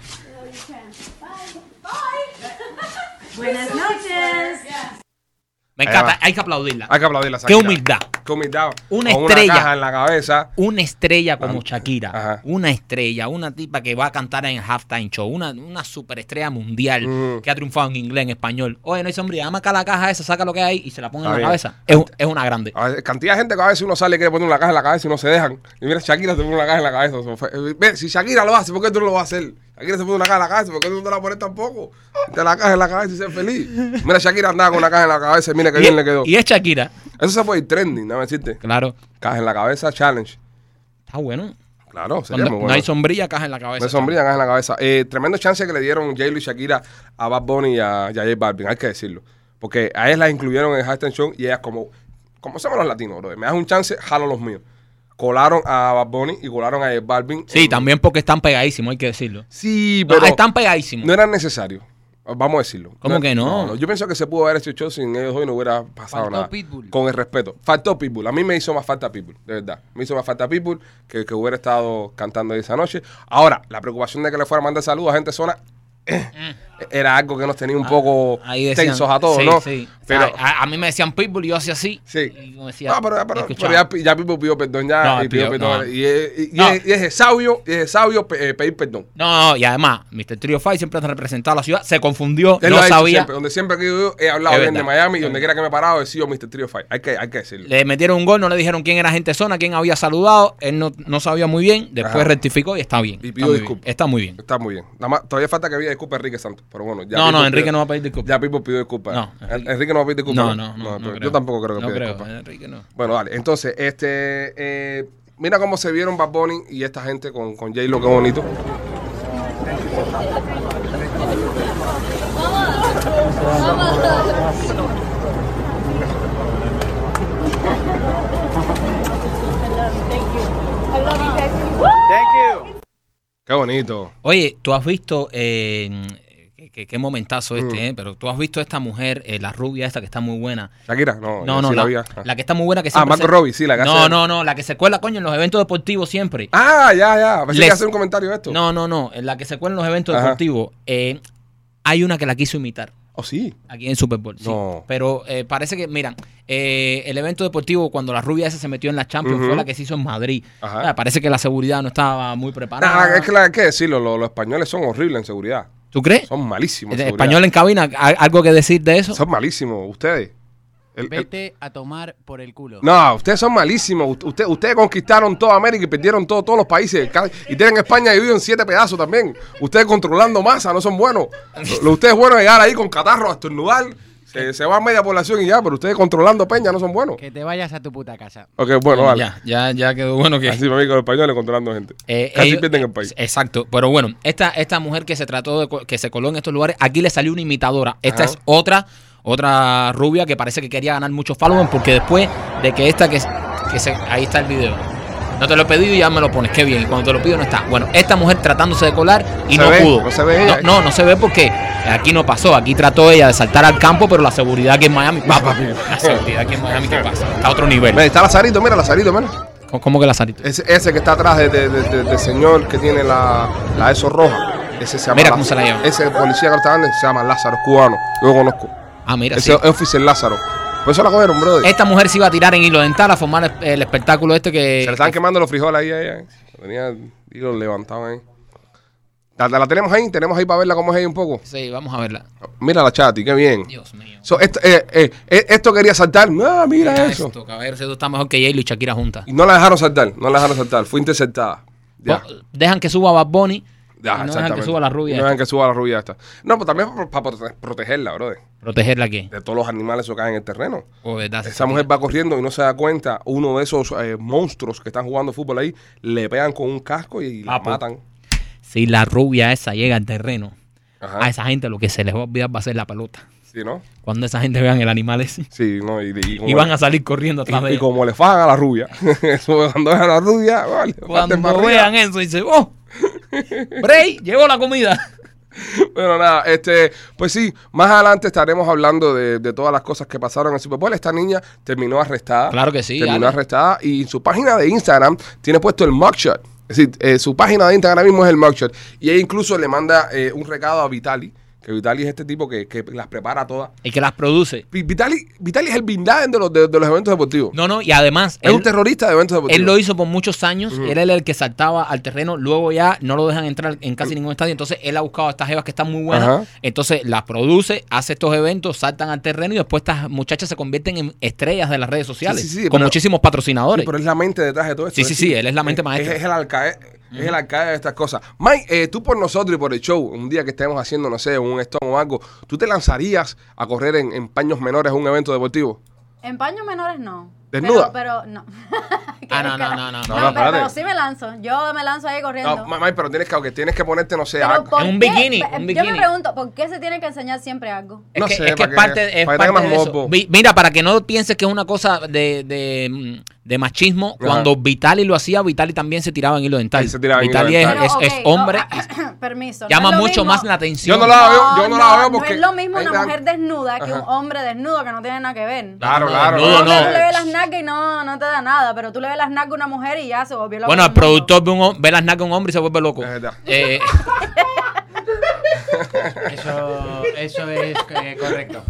Buenas noches. Me encanta, hay que aplaudirla. Hay que aplaudirla. Qué humildad. Qué humildad. Una con estrella. Una caja en la cabeza. Una estrella como Shakira. Ajá. Una estrella, una tipa que va a cantar en el halftime show. Una superestrella mundial que ha triunfado en inglés, en español. Oye, no hay sombrilla. Dame acá la caja esa, saca lo que hay ahí y se la pone en la cabeza. Es una grande. Cantidad de gente que a veces uno sale y quiere poner una caja en la cabeza y no se dejan. Y mira, Shakira se pone una caja en la cabeza. Ve, si Shakira lo hace, ¿por qué tú no lo vas a hacer? Shakira se pone una caja en la cabeza, ¿por qué tú no te la pones tampoco? Te la caja en la cabeza y ser feliz. Mira, Shakira andaba con una caja en la cabeza y mira qué bien le quedó. Y es Shakira. Eso se puede ir trending, ¿no me decirte? Claro. Caja en la cabeza, challenge. Está bueno. Claro, sería muy bueno. No hay sombrilla, caja en la cabeza. No hay sombrilla, caja en la cabeza. Tremendo chance que le dieron J-Lo y Shakira a Bad Bunny y a J Balvin, hay que decirlo. Porque a ellas las incluyeron en el halftime show y ellas como somos los latinos, bro. Me das un chance, jalo los míos. Colaron a Bad Bunny y colaron a J Balvin. Sí, también porque están pegadísimos, hay que decirlo. Sí, pero están pegadísimos. No eran necesarios. Vamos a decirlo. ¿Cómo que no? Yo pienso que se pudo haber hecho show sin ellos hoy, no hubiera pasado nada. Pitbull. Con el respeto. Faltó Pitbull. A mí me hizo más falta Pitbull, de verdad. Me hizo más falta Pitbull que hubiera estado cantando esa noche. Ahora, la preocupación de que le fuera a mandar saludos a gente zona era algo que nos tenía un poco tensos a todos, ¿no? Sí. Pero a mí me decían Pitbull y yo hacía así. Sí. Y yo decía, pero ya Pitbull pidió perdón ya. Y es sabio pedir perdón. No, y además, Mr. Trio Five siempre ha representado a la ciudad. Se confundió, él no sabía. Donde siempre que yo he hablado bien de Miami y donde quiera que me he parado, he sido Mr. Trio Five. Hay que decirlo. Le metieron un gol, no le dijeron quién era gente zona, quién había saludado. Él no sabía muy bien. Después rectificó y está bien. Y pidió disculpas. Está muy bien. Está muy bien. Nada más, todavía falta que pida disculpas Enrique Santos. Pero bueno, ya no, Enrique no va a pedir disculpas. Ya Pitbull pidió disculpas. No, Enrique no va a pedir disculpas. No, yo tampoco creo que pida disculpas. Enrique no. Bueno, dale. Entonces, mira cómo se vieron Bad Bunny y esta gente con J-Lo, qué bonito. Qué bonito. Oye, tú has visto, qué momentazo pero tú has visto esta mujer, la rubia esta que está muy buena. Shakira, no, No, sí la, vi. la que está muy buena que siempre Margot Robbie, sí, la que hace... No, la que se cuela, coño, en los eventos deportivos siempre. Ya. Pensé que hacer un comentario de esto. No, la que se cuela en los eventos deportivos. Hay una que la quiso imitar. ¿Oh, sí? Aquí en Super Bowl, sí. No. Pero parece que, mira, el evento deportivo, cuando la rubia esa se metió en la Champions, fue la que se hizo en Madrid. Parece que la seguridad no estaba muy preparada. Es que hay que decirlo, los españoles son horribles en seguridad. ¿Tú crees? Son malísimos en español en cabina, ¿algo que decir de eso? Son malísimos, ustedes. Vete a tomar por el culo. No, ustedes son malísimos. Ustedes conquistaron toda América y perdieron todos los países. Y tienen España dividido en 7 pedazos también. Ustedes controlando masa, no son buenos. Ustedes buenos llegar ahí con catarro a estornudar. Se va a media población y ya, pero ustedes controlando peña no son buenos. Que te vayas a tu puta casa. Ok, bueno, vale. Ya quedó bueno que... Así para mí con los españoles controlando gente. Casi pierden el país. Exacto. Pero bueno, esta mujer que se trató que se coló en estos lugares, aquí le salió una imitadora. Esta es otra rubia que parece que quería ganar muchos followers, porque después de que ahí está el video. No te lo he pedido y ya me lo pones, qué bien. Cuando te lo pido no está. Bueno, esta mujer tratándose de colar y no pudo. No se ve ella. No se ve porque aquí no pasó. Aquí trató ella de saltar al campo, pero la seguridad aquí en Miami, la seguridad aquí en Miami, ¿qué pasa? Está a otro nivel. Está Lazarito, mira, mira. ¿Cómo que Lazarito? Ese que está atrás del señor que tiene la ESO roja. Ese se llama. Mira cómo se la llama. Ese policía que está dando se llama Lázaro, cubano. Yo lo conozco. Mira, ese es oficial Lázaro. Por eso la cogieron, brother. Esta mujer se iba a tirar en hilo dental a formar el espectáculo que... Se le estaban quemando los frijoles ahí. Tenía hilos levantados ahí. ¿La tenemos ahí? ¿Tenemos ahí para verla cómo es ella un poco? Sí, vamos a verla. Mira la Chati, qué bien. Dios mío. Esto quería saltar. No, mira eso. Esto, caballero, esto está mejor que J-Lo y Shakira juntas. Y no la dejaron saltar, Fue interceptada. Ya. Dejan que suba Bad Bunny. Ya, no dejan que suba la rubia. No dejan que suba la rubia esta. No, pues también para protegerla, brother. ¿Protegerla qué? De todos los animales que caen en el terreno. Verdad, esa mujer va corriendo y no se da cuenta. Uno de esos monstruos que están jugando fútbol ahí, le pegan con un casco y la matan. Si la rubia esa llega al terreno, a esa gente lo que se les va a olvidar va a ser la pelota. Sí, ¿no? Cuando esa gente vean el animal ese. Sí, ¿no? Y van a salir corriendo atrás de ella. Y como le fajan a la rubia. Cuando vean a la rubia, vale. Cuando vean eso, dice, ¡oh! Bray, llegó la comida. Bueno, nada, pues sí, más adelante estaremos hablando de todas las cosas que pasaron en el Super Bowl. Esta niña terminó arrestada. Claro que sí. Terminó arrestada y en su página de Instagram tiene puesto el mugshot. Es decir, su página de Instagram mismo es el mugshot. Y ella incluso le manda un recado a Vitali. Que Vitali es este tipo que las prepara todas. Y que las produce. Vitali es el Bin Laden de los eventos deportivos. No, y además... Es un terrorista de eventos deportivos. Él lo hizo por muchos años. Él era el que saltaba al terreno. Luego ya no lo dejan entrar en casi ningún estadio. Entonces él ha buscado a estas jevas que están muy buenas. Entonces las produce, hace estos eventos, saltan al terreno y después estas muchachas se convierten en estrellas de las redes sociales. Sí, con muchísimos patrocinadores. Sí, pero es la mente detrás de todo esto. Sí, él es la mente maestra. Es el alcaide. Es el alcaide de estas cosas. Mike, tú por nosotros y por el show, un día que estemos haciendo, no sé, un stone o algo, ¿tú te lanzarías a correr en paños menores a un evento deportivo? En paños menores no. ¿Desnuda? Pero no. No, pero sí me lanzo. Yo me lanzo ahí corriendo. No, Mike, pero tienes que ponerte, no sé, algo. En un bikini. Yo me pregunto, ¿por qué se tiene que enseñar siempre algo? Es que es parte de eso. Mira, para que no pienses que es una cosa de machismo, cuando Vitali lo hacía, Vitali también se tiraba en hilo dental. Vitali es hombre. Permiso. Llama mucho más la atención. Yo no la veo porque... No es lo mismo una mujer desnuda que un hombre desnudo, que no tiene nada que ver. Claro. Tú le ves las nalgas y no te da nada, pero tú le ves las nalgas a una mujer y ya se volvió loco. Bueno, el productor ve las nalgas a un hombre y se vuelve loco. Eso es correcto.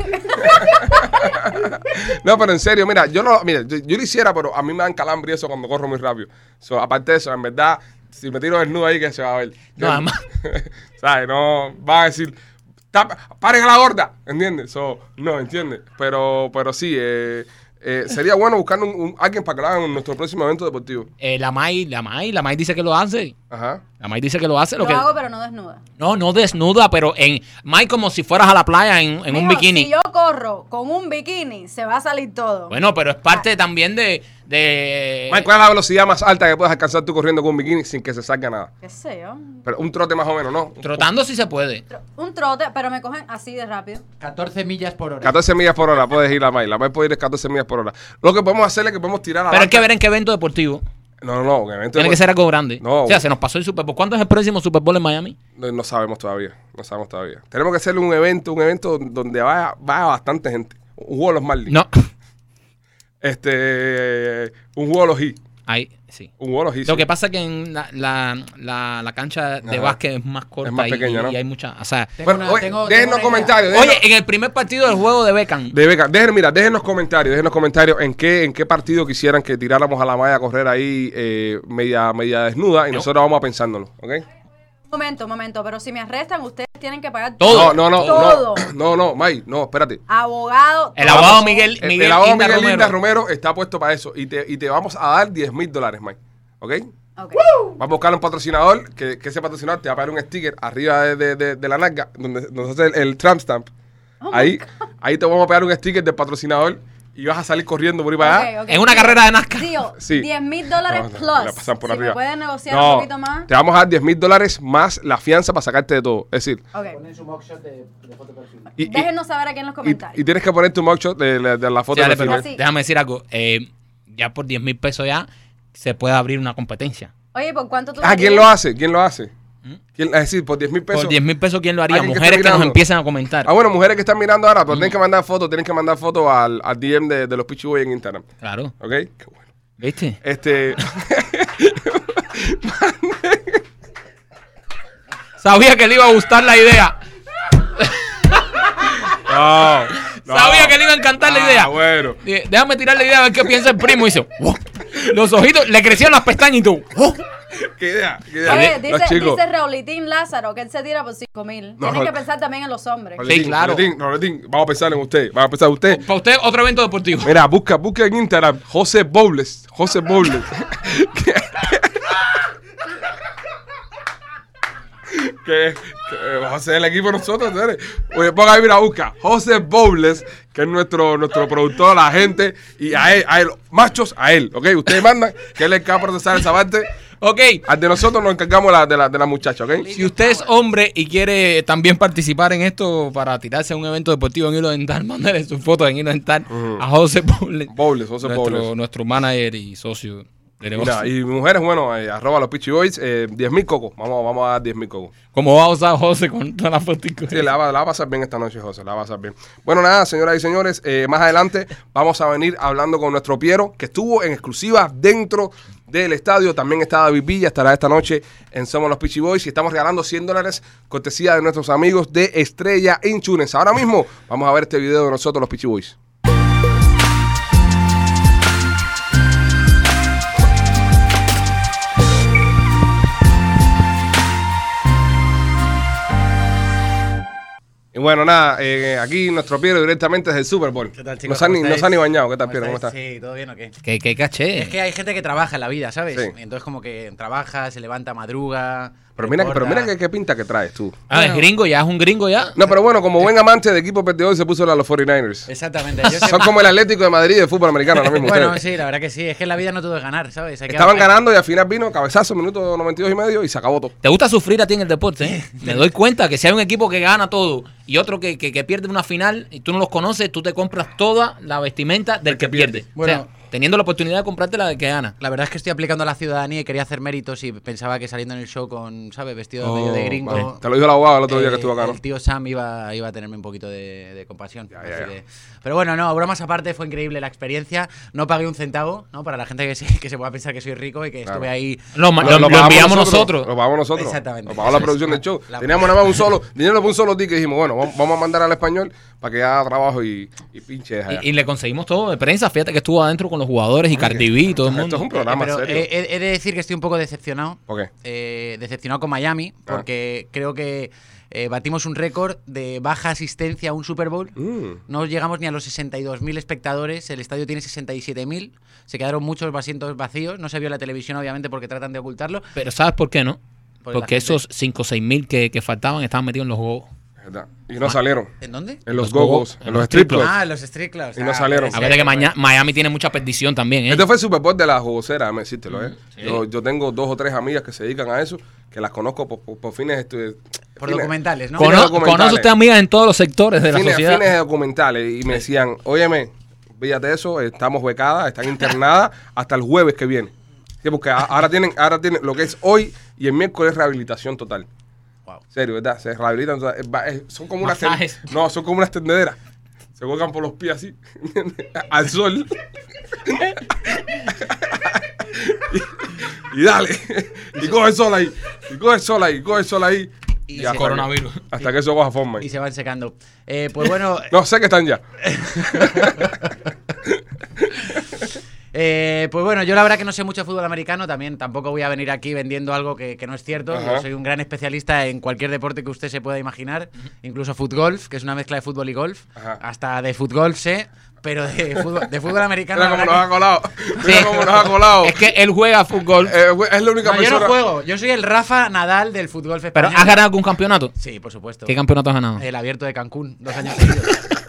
No, pero en serio, mira, yo lo hiciera, pero a mí me dan calambre eso cuando corro muy rápido. Aparte de eso, en verdad, si me tiro desnudo ahí, que se va a ver. No, además. ¿Sabes? No, va a decir, paren a la gorda, ¿entiendes? No, ¿entiendes? Pero sí, sería bueno buscar alguien para que lo hagan en nuestro próximo evento deportivo. La May dice que lo hace. Ajá. La Mike dice que lo hace. Lo que hago, pero no desnuda. No desnuda, pero Mike como si fueras a la playa en un Mijo, bikini. Si yo corro con un bikini, se va a salir todo. Bueno, pero es parte también de Mike, ¿cuál es la velocidad más alta que puedes alcanzar tú corriendo con un bikini sin que se salga nada? ¿Qué sé yo? Pero un trote más o menos, ¿no? Trotando sí se puede. Un trote, pero me cogen así de rápido. 14 millas por hora. 14 millas por hora puedes ir a Mike. La Mike puede ir a 14 millas por hora. Lo que podemos hacer es que podemos tirar a la Pero hay que banca. ver en qué evento deportivo. No, obviamente. Tiene que ser algo grande. No. O sea, se nos pasó el Super Bowl. ¿Cuándo es el próximo Super Bowl en Miami? No sabemos todavía. Tenemos que hacer un evento donde vaya bastante gente. Un juego de los Marlins. No. Un juego de los Heat. Ahí, sí. Un juego de los Heat. Lo sí. que pasa es que en la cancha de Ajá. básquet es más corta Es más pequeña, y ¿no? hay mucha... O sea, Bueno, déjenos comentarios. oye, en el primer partido del juego de Beckham. Déjenos comentarios en qué partido quisieran que tiráramos a la malla a correr ahí media desnuda y nosotros vamos a pensándolo, ¿ok? Momento, pero si me arrestan, ustedes tienen que pagar Todo. todo. Mike, no, espérate. Abogado. El abogado Miguel El abogado Inda Miguel Inda Romero. Romero está puesto para eso y te vamos a dar $10,000, Mike, ¿ok? Ok. Vamos a buscar un patrocinador que ese patrocinador te va a poner un sticker arriba de la narga donde hace el tramp stamp. Ahí te vamos a pegar un sticker del patrocinador y vas a salir corriendo por ahí para allá. Ok. En una carrera de NASCAR. Tío, Sí. $10,000 No, plus. la pasan por si arriba. me pueden negociar un poquito más. Te vamos a dar $10,000 más la fianza para sacarte de todo. Es decir, Ok. Ponen su mugshot de foto perfil. Déjenos saber aquí en los comentarios. y tienes que poner tu mugshot de la foto Sí, dale, de pero perfil. Así. déjame decir algo. Ya por 10,000 pesos ya se puede abrir una competencia. Oye, ¿por cuánto tú ¿Quién lo hace? Es decir, por 10,000 pesos. Por 10,000 pesos, ¿quién lo haría? Alguien que Mujeres esté que nos mirando. empiezan a comentar. Bueno, mujeres que están mirando ahora, pero tienen que mandar fotos al DM de los Pichi Boys en Instagram. Claro. ¿Ok? Qué bueno. ¿Viste? Sabía que le iba a gustar la idea. Sabía que le iba a encantar la idea. Bueno. Dije, déjame tirar la idea a ver qué piensa el primo. Y dice, "Wow". Los ojitos, le crecieron las pestañas y tú. "Wow". ¿Qué idea? Oye, Los chicos. dice Raulitín Lázaro que él se tira por 5,000. No, Tienes que pensar también en los hombres. Roletín, Sí, claro. Roletín, vamos a pensar en usted. Para usted, otro evento deportivo. Mira, busca en Instagram José Bowles. que vamos a hacer el equipo nosotros, señores. Oye, ponga ahí, mira, busca José Bowles, que es nuestro productor, la gente, y a él, machos, a él, ¿ok? Ustedes mandan, que él es el que va a procesar esa parte. Ok. Al de nosotros nos encargamos de la muchacha, ¿ok? Si usted es hombre y quiere también participar en esto para tirarse a un evento deportivo en Hilo Dental, mándale sus fotos en Hilo Dental a José Bowles, José Bowles. nuestro manager y socio de negocio. Mira, y mujeres, bueno, arroba los Pichi Boys, 10,000 cocos. Vamos a dar 10,000 cocos. ¿Cómo va a usar José con todas las fotos? Sí, la va a pasar bien esta noche, José, la va a pasar bien. Bueno, nada, señoras y señores, más adelante vamos a venir hablando con nuestro Piero, que estuvo en exclusiva dentro del estadio. También está David Villa, estará esta noche en Somos los Pichi Boys y estamos regalando $100 cortesía de nuestros amigos de Estrella Insurance. Ahora mismo vamos a ver este video de nosotros, los Pichi Boys. Y bueno, nada, aquí nuestro Piero directamente desde el Super Bowl. ¿Qué tal, chicos? No se ¿Cómo estáis? han ni bañado. ¿Qué tal, ¿Cómo Piero? ¿Cómo estáis? estás? Sí, ¿todo bien o qué? ¿Qué caché? Es que hay gente que trabaja en la vida, ¿sabes? Sí. Y entonces como que trabaja, se levanta, madruga. Pero mira recorta. qué pinta que traes tú. Es gringo, ya es un gringo ya. No, pero bueno, como buen amante de equipo perdedor se puso a los 49ers. Exactamente. Son como el Atlético de Madrid de fútbol americano ahora mismo. Bueno, ustedes. sí, la verdad que sí. Es que en la vida no todo es ganar, ¿sabes? Hay que- Estaban ganando y al final vino cabezazo, minuto 92 y medio y se acabó todo. ¿Te gusta sufrir a ti en el deporte? ¿Eh? Me doy cuenta que si hay un equipo que gana todo y otro que pierde una final y tú no los conoces, tú te compras toda la vestimenta del que pierde. Bueno. O sea, teniendo la oportunidad de comprarte la del que gana. La verdad es que estoy aplicando la ciudadanía y quería hacer méritos y pensaba que saliendo en el show con, ¿sabes? Vestido medio de gringo. Vale. Te lo dijo el abogado el otro día que estuvo acá, ¿no? El tío Sam iba a tenerme un poquito de compasión. Ya. así que- pero bueno, no, bromas aparte, fue increíble la experiencia. No pagué un centavo, ¿no? Para la gente que se pueda pensar que soy rico y que Claro. estuve ahí. Lo pagamos enviamos nosotros. Lo pagamos nosotros. Exactamente. Lo pagó la Eso es. producción del show. La- Teníamos nada más un solo, dinero para un solo ticket y dijimos, bueno, vamos a mandar al español para que haga trabajo y pinche allá. Y le conseguimos todo de prensa. Fíjate que estuvo adentro con los jugadores y Cardi B y todo el Esto mundo. es un programa Pero serio. he de decir que estoy un poco decepcionado. ¿Por qué? Decepcionado con Miami, porque creo que batimos un récord de baja asistencia a un Super Bowl. No llegamos ni a los 62.000 espectadores. El estadio tiene 67.000. Se quedaron muchos asientos vacíos. No se vio la televisión, obviamente, porque tratan de ocultarlo. Pero ¿sabes por qué no? Porque esos 5 o 6 mil que faltaban estaban metidos en los gogos. ¿Verdad? Y no salieron. ¿En dónde? En los gogos, en los strip clubs. Ah, en los strip clubs. Y no salieron. A ver, que Miami tiene mucha perdición también, ¿eh? Este fue el Super Bowl de la jugosera, déjame decírtelo, ¿eh? Sí. Yo tengo 2 o 3 amigas que se dedican a eso, que las conozco por fines por documentales, ¿no? Conoce usted amigas en todos los sectores de la sociedad. Fines de documentales. Y me decían, óyeme, fíjate eso, estamos becadas, están internadas hasta el jueves que viene. Sí, porque ahora tienen lo que es hoy y el miércoles rehabilitación total. Wow. Serio, ¿verdad? Se rehabilitan. Son como unas Masajes. son como unas tendederas. Se colgan por los pies así, al sol. y dale. Y coge el sol ahí. Y coge el sol ahí. Coge el sol ahí. Y hasta coronavirus. Hasta que eso coja forma. Y se van secando. Pues bueno. No, sé que están ya. Pues bueno, yo la verdad que no sé mucho de fútbol americano, tampoco voy a venir aquí vendiendo algo que no es cierto. Ajá. Yo soy un gran especialista en cualquier deporte que usted se pueda imaginar, incluso fútbol, que es una mezcla de fútbol y golf. Ajá. Hasta de fútbol sé, pero de fútbol americano. Mira cómo nos ha colado. Mira cómo nos ha colado. Es que él juega fútbol. Es la única No, yo persona. no juego, yo soy el Rafa Nadal del fútbol ¿Pero español. has ganado algún campeonato? Sí, por supuesto. ¿Qué campeonato has ganado? El Abierto de Cancún, 2 años seguidos.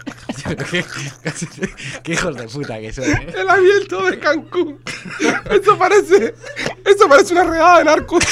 Qué hijos de puta que son, ¿eh? El Abierto de Cancún. Eso parece una redada de narcos.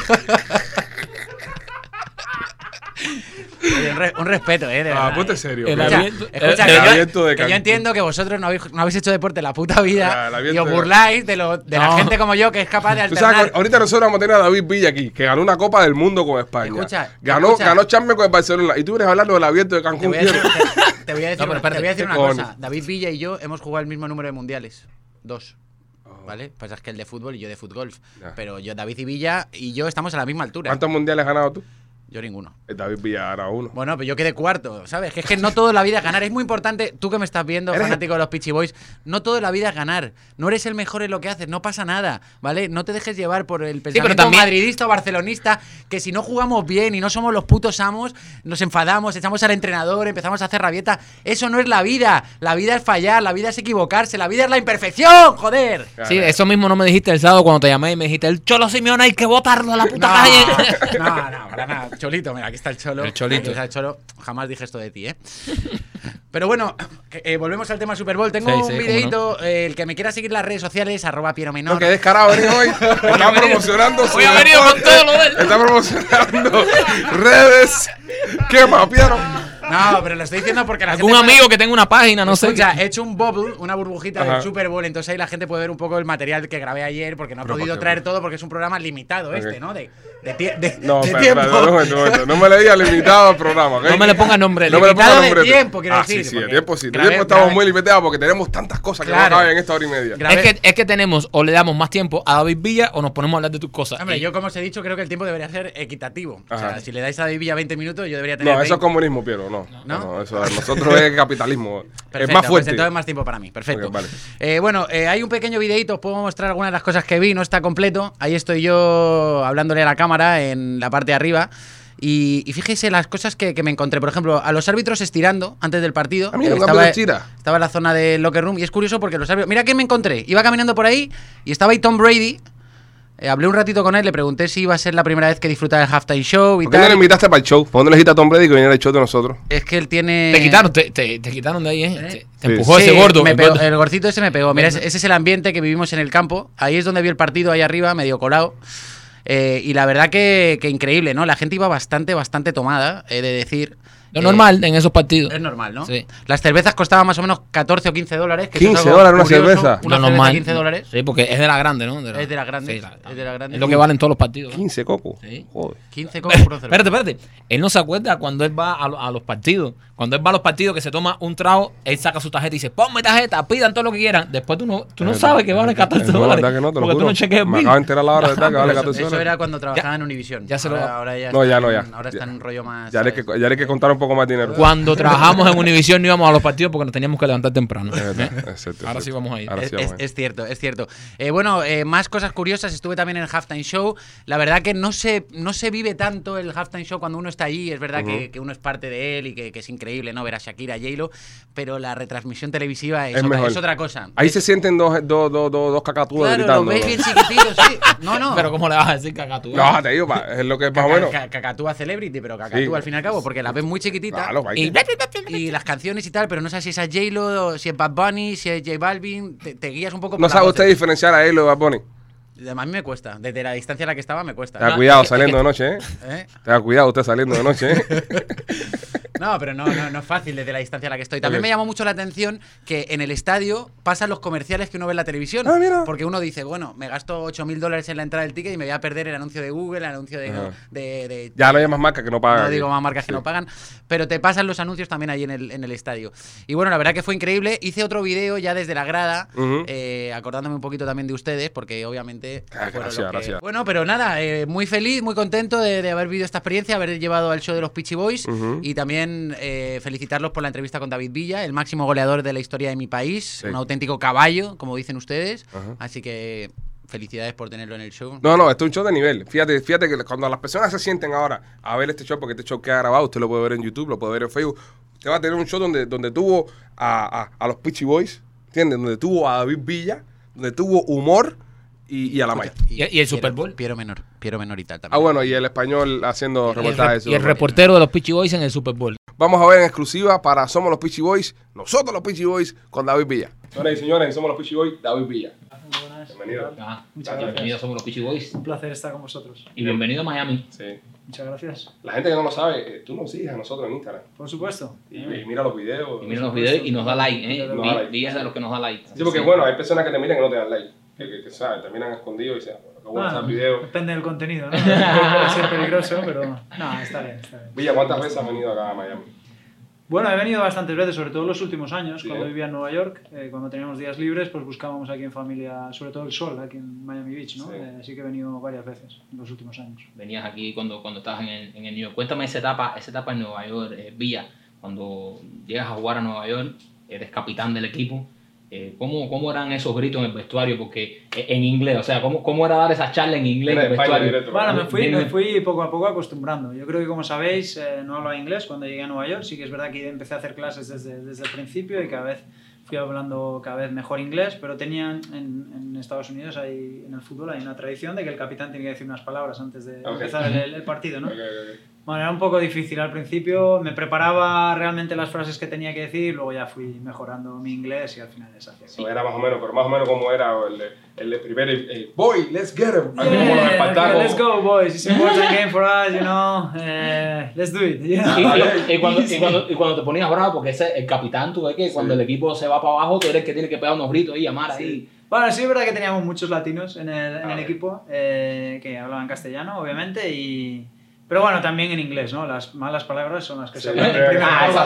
Oye, un respeto, de verdad. Ponte serio. El Escucha, Escucha, el que Abierto de yo Cancún. entiendo que vosotros no habéis hecho deporte la puta Ya, vida el y Abierto os de- burláis de la gente como yo que es capaz de Tú sabes alternar. que ahorita nosotros vamos a tener a David Villa aquí, que ganó una Copa del Mundo con España. Ganó Champions con el Barcelona. Y tú vienes hablando del Abierto de Te Cancún. voy a decir, te voy a decir, No, pero te voy a decir ¿qué una cojones? cosa. David Villa y yo hemos jugado el mismo número de mundiales. 2. ¿Vale? Pasa es que el de fútbol y yo de fútbol. Ya. Pero David y Villa y yo estamos a la misma altura. ¿Cuántos mundiales has ganado tú? Yo ninguno. El David Villa ha ganado uno. Bueno, pero yo quedé cuarto, ¿sabes? Que es que no todo en la vida es ganar. Es muy importante, tú que me estás viendo, fanático de los Peachy Boys, no todo en la vida es ganar. No eres el mejor en lo que haces, no pasa nada, ¿vale? No te dejes llevar por el pensamiento también- madridista o barcelonista, que si no jugamos bien y no somos los putos amos, nos enfadamos, echamos al entrenador, empezamos a hacer rabieta. Eso no es la vida. La vida es fallar, la vida es equivocarse, la vida es la imperfección, joder. Sí, eso mismo no me dijiste el sábado cuando te llamé y me dijiste, el Cholo Simeone hay que botarlo a la puta calle. No, para nada. Cholito, mira, aquí está el Cholo. El Cholito. Aquí está el Cholo. Jamás dije esto de ti, ¿eh? Pero bueno, volvemos al tema Super Bowl. Tengo Sí, un cómo videito, el que me quiera seguir en las redes sociales, @PieroMenor. No, que descarado venir hoy. Está promocionando su Hoy ha venido con todo lo de él. Está promocionando redes. ¿Qué más, Piero? No, pero lo estoy diciendo porque la Algún gente puede- amigo que tenga una página, no sé. Escucha, he hecho un bubble, una burbujita Ajá. del Super Bowl, entonces ahí la gente puede ver un poco el material que grabé ayer, porque no he Pero, podido ¿por qué? traer todo porque es un programa limitado Ok. ¿no? De No, de espera, tiempo. espera, un momento. No me le digas limitado al programa, ¿ok? No me le ponga nombre. No me le ponga limitado de nombre. tiempo, quiero Sí, decir, sí, de porque tiempo sí. De grabé- tiempo estamos grabé- muy limitados porque tenemos tantas cosas que Claro. no caben en esta hora y media. Grabé- Es que tenemos o le damos más tiempo a David Villa o nos ponemos a hablar de tus cosas. Hombre, Y- yo como os he dicho, creo que el tiempo debería ser equitativo. O sea, Ajá. si le dais a David Villa 20 minutos, yo debería tener No, eso 20. es comunismo, Piero, no. ¿No? No, eso nosotros es capitalismo. Perfecto, es más pues fuerte. entonces más tiempo para mí, perfecto. Ok, vale. Bueno, hay un pequeño videito, os puedo mostrar algunas de las cosas que vi, no está completo. Ahí estoy yo hablándole a la cámara en la parte de arriba. Y fíjese las cosas que me encontré. Por ejemplo, a los árbitros estirando antes del partido. Ah, mira, un estaba, árbitro estira. estaba en la zona del locker room y es curioso porque los árbitros... Mira quién me encontré. Iba caminando por ahí y estaba ahí Tom Brady. Hablé un ratito con él, le pregunté si iba a ser la primera vez que disfrutaba del halftime show y ¿Por qué no le tal. invitaste para el show? ¿Por qué no le dijiste a Tom Brady que viniera al show de nosotros? Es que él tiene... Te quitaron de ahí, ¿eh? Te Sí. empujó Sí, ese gordo. me el pegó, gordo. el gordito ese me pegó. Mira, ese es el ambiente que vivimos en el campo. Ahí es donde vi el partido, ahí arriba, medio colado. Y la verdad que increíble, ¿no? La gente iba bastante tomada, he de decir. Lo normal en esos partidos. Es normal, ¿no? Sí. Las cervezas costaban más o menos 14 o 15 dólares. que 15 eso es algo dólares una curioso. cerveza. Una Lo cerveza normal. 15 dólares. Sí, porque es de la grande, ¿no? Es de la grande. Sí, Es de la grande. Es lo que valen todos los partidos. ¿no? 15 cocos. Sí. Joder. 15 con puro cerveza. Espérate. Él no se acuerda cuando él va a los partidos. Cuando él va a los partidos que se toma un trago, él saca su tarjeta y dice, ponme tarjeta, pidan todo lo que quieran. Después tú no sabes que vale 14 No, dólares. verdad que no, te lo porque tú juro. no chequeas Me bien. acabo de enterar la hora, ¿verdad? Que vale Eso- 14 Eso dólares. era cuando trabajaba en Univision. ya se lo- ahora ya No, ya no, ya. Ahora está en un rollo más. Ya hay que contar un poco más de dinero. Cuando trabajamos en Univision no íbamos a los partidos porque nos teníamos que levantar temprano. Es verdad, es cierto, Ahora es sí cierto. vamos a ir. Ahora sí vamos a ir. Es cierto, es cierto. Más cosas curiosas. Estuve también en el halftime show. La verdad que no se vive tanto el halftime show cuando uno está allí. Es verdad que uno es parte de él y que es increíble. increíble, ¿no? Ver a Shakira, a J-Lo, pero la retransmisión televisiva Es mejor. es otra cosa. Ahí se sienten dos cacatúas Claro, gritando. los veis bien chiquititos, sí. No. Pero ¿cómo le vas a decir cacatúa? No, te digo, es lo que es más o menos. Cacatúa Celebrity, pero Cacatúa Sí. al fin y al cabo, porque la ves muy chiquitita. Claro, y las canciones y tal, pero no sabes si es a J-Lo, si es Bad Bunny, si es J Balvin, te guías un poco por No las sabe voces. usted diferenciar a él o a Bad Bunny. A mí me cuesta, desde la distancia a la que estaba me cuesta. Tenga cuidado saliendo de noche, ¿eh? ¿Eh? Tenga cuidado usted saliendo de noche, ¿eh? No, pero no es fácil desde la distancia a la que estoy. También me llamó mucho la atención que en el estadio pasan los comerciales que uno ve en la televisión. Ah, mira. Porque uno dice, bueno, me gasto $8.000 en la entrada del ticket y me voy a perder el anuncio de Google, el anuncio Ajá. de Ya no hay más marcas que no pagan. no aquí. digo más marcas que Sí. no pagan, pero te pasan los anuncios también ahí en el estadio. Y bueno, la verdad que fue increíble. Hice otro video ya desde la grada, Ujú. acordándome un poquito también de ustedes, porque obviamente... fueron Gracias, los que- gracias. Bueno, pero nada, muy feliz, muy contento de haber vivido esta experiencia, haber llevado al show de los Peachy Boys Ujú. y también felicitarlos por la entrevista con David Villa, el máximo goleador de la historia de mi país, Sí. un auténtico caballo, como dicen ustedes. Ajá. Así que felicidades por tenerlo en el show. No, esto es un show de nivel. Fíjate que cuando las personas se sienten ahora a ver este show, porque este show queda grabado, usted lo puede ver en YouTube, lo puede ver en Facebook, usted va a tener un show donde tuvo a los Peachy Boys, ¿entiendes? Donde tuvo a David Villa, donde tuvo humor y a la Mike. ¿Y el Super Bowl? Piero Menor y tal también. Ah, bueno, y el español haciendo reportajes. Y el reportero de los Peachy Boys en el Super Bowl. Vamos a ver en exclusiva para Somos los Peachy Boys, nosotros los Peachy Boys, con David Villa. Señoras y señores, Somos los Peachy Boys, David Villa. Bienvenido. Muchas gracias. Bienvenidos a Somos los Peachy Boys. Un placer estar con vosotros. Y bienvenido a Miami. Sí. Muchas gracias. La gente que no lo sabe, tú nos sigues a nosotros en Instagram. Por supuesto. Y mira los videos. Y mira los videos y nos da like, ¿eh? Nos da like. Villa es de los que nos da like. Sí, porque bueno, hay personas que te miran y no te dan like. Que saben, terminan escondidos y dicen, qué bueno está el video. Depende del contenido, ¿no? Puede ser peligroso, pero no, está bien, está bien. Villa, ¿cuántas veces has venido acá a Miami? Bueno, he venido bastantes veces, sobre todo en los últimos años, Sí. cuando vivía en Nueva York, cuando teníamos días libres, pues buscábamos aquí en familia, sobre todo el sol, aquí en Miami Beach, ¿no? Sí. Así que he venido varias veces en los últimos años. Venías aquí cuando estabas en el New York. Cuéntame esa etapa en Nueva York, Villa, cuando llegas a jugar a Nueva York, eres capitán del equipo. ¿Cómo eran esos gritos en el vestuario? Porque en inglés, o sea, ¿cómo era dar esa charla en inglés en el vestuario? Bueno, me fui poco a poco acostumbrando. Yo creo que, como sabéis, no hablaba inglés cuando llegué a Nueva York. Sí que es verdad que empecé a hacer clases desde el principio y cada vez fui hablando cada vez mejor inglés, pero tenían en Estados Unidos, en el fútbol, hay una tradición de que el capitán tiene que decir unas palabras antes de empezar el partido, ¿no? Bueno, era un poco difícil al principio, me preparaba realmente las frases que tenía que decir, luego ya fui mejorando mi inglés y al final es así. Eso era más o menos, pero más o menos como era el primer, boy, let's get him. Así como los Espartacos. Let's go, boys, it's an important game for us, you know, let's do it. You know? Y cuando te ponías bravo, porque el capitán, tú ves que cuando el equipo se va para abajo, tú eres el que tiene que pegar unos gritos y llamar ahí. Bueno, sí es verdad que teníamos muchos latinos en el equipo que hablaban castellano, obviamente, pero bueno, también en inglés, ¿no? Las malas palabras son las que se aprenden primero.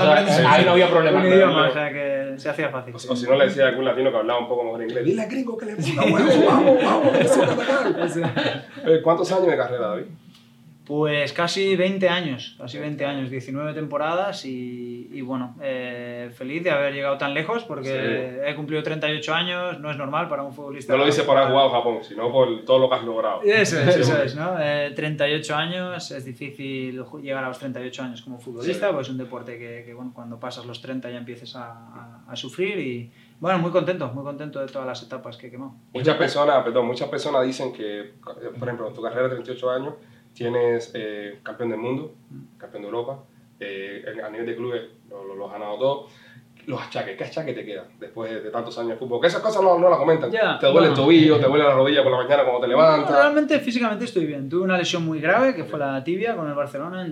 Ahí no había problema. Un idioma, o sea que se hacía fácil. O si no le decía a algún latino que hablaba un poco mejor inglés, dile al gringo que le ponga huevo, vamos, eso es atacar. ¿Cuántos años de carrera, David? Pues casi 20 años, 19 temporadas y bueno, feliz de haber llegado tan lejos porque he cumplido 38 años, no es normal para un futbolista. No lo dice por haber jugado en Japón, sino por todo lo que has logrado. Eso es, ¿no? 38 años, es difícil llegar a los 38 años como futbolista, pues es un deporte que bueno, cuando pasas los 30 ya empieces a sufrir y bueno, muy contento de todas las etapas que he quemado. Muchas personas dicen que, por ejemplo, en tu carrera de 38 años, tienes campeón del mundo, campeón de Europa, a nivel de clubes lo has ganado todo. Los achaques, ¿qué achaques te quedan después de tantos años de fútbol? Que esas cosas no las comentan. Te duele el tobillo, te duele la rodilla por la mañana cuando te levantas. No, realmente físicamente estoy bien. Tuve una lesión muy grave que fue la tibia con el Barcelona en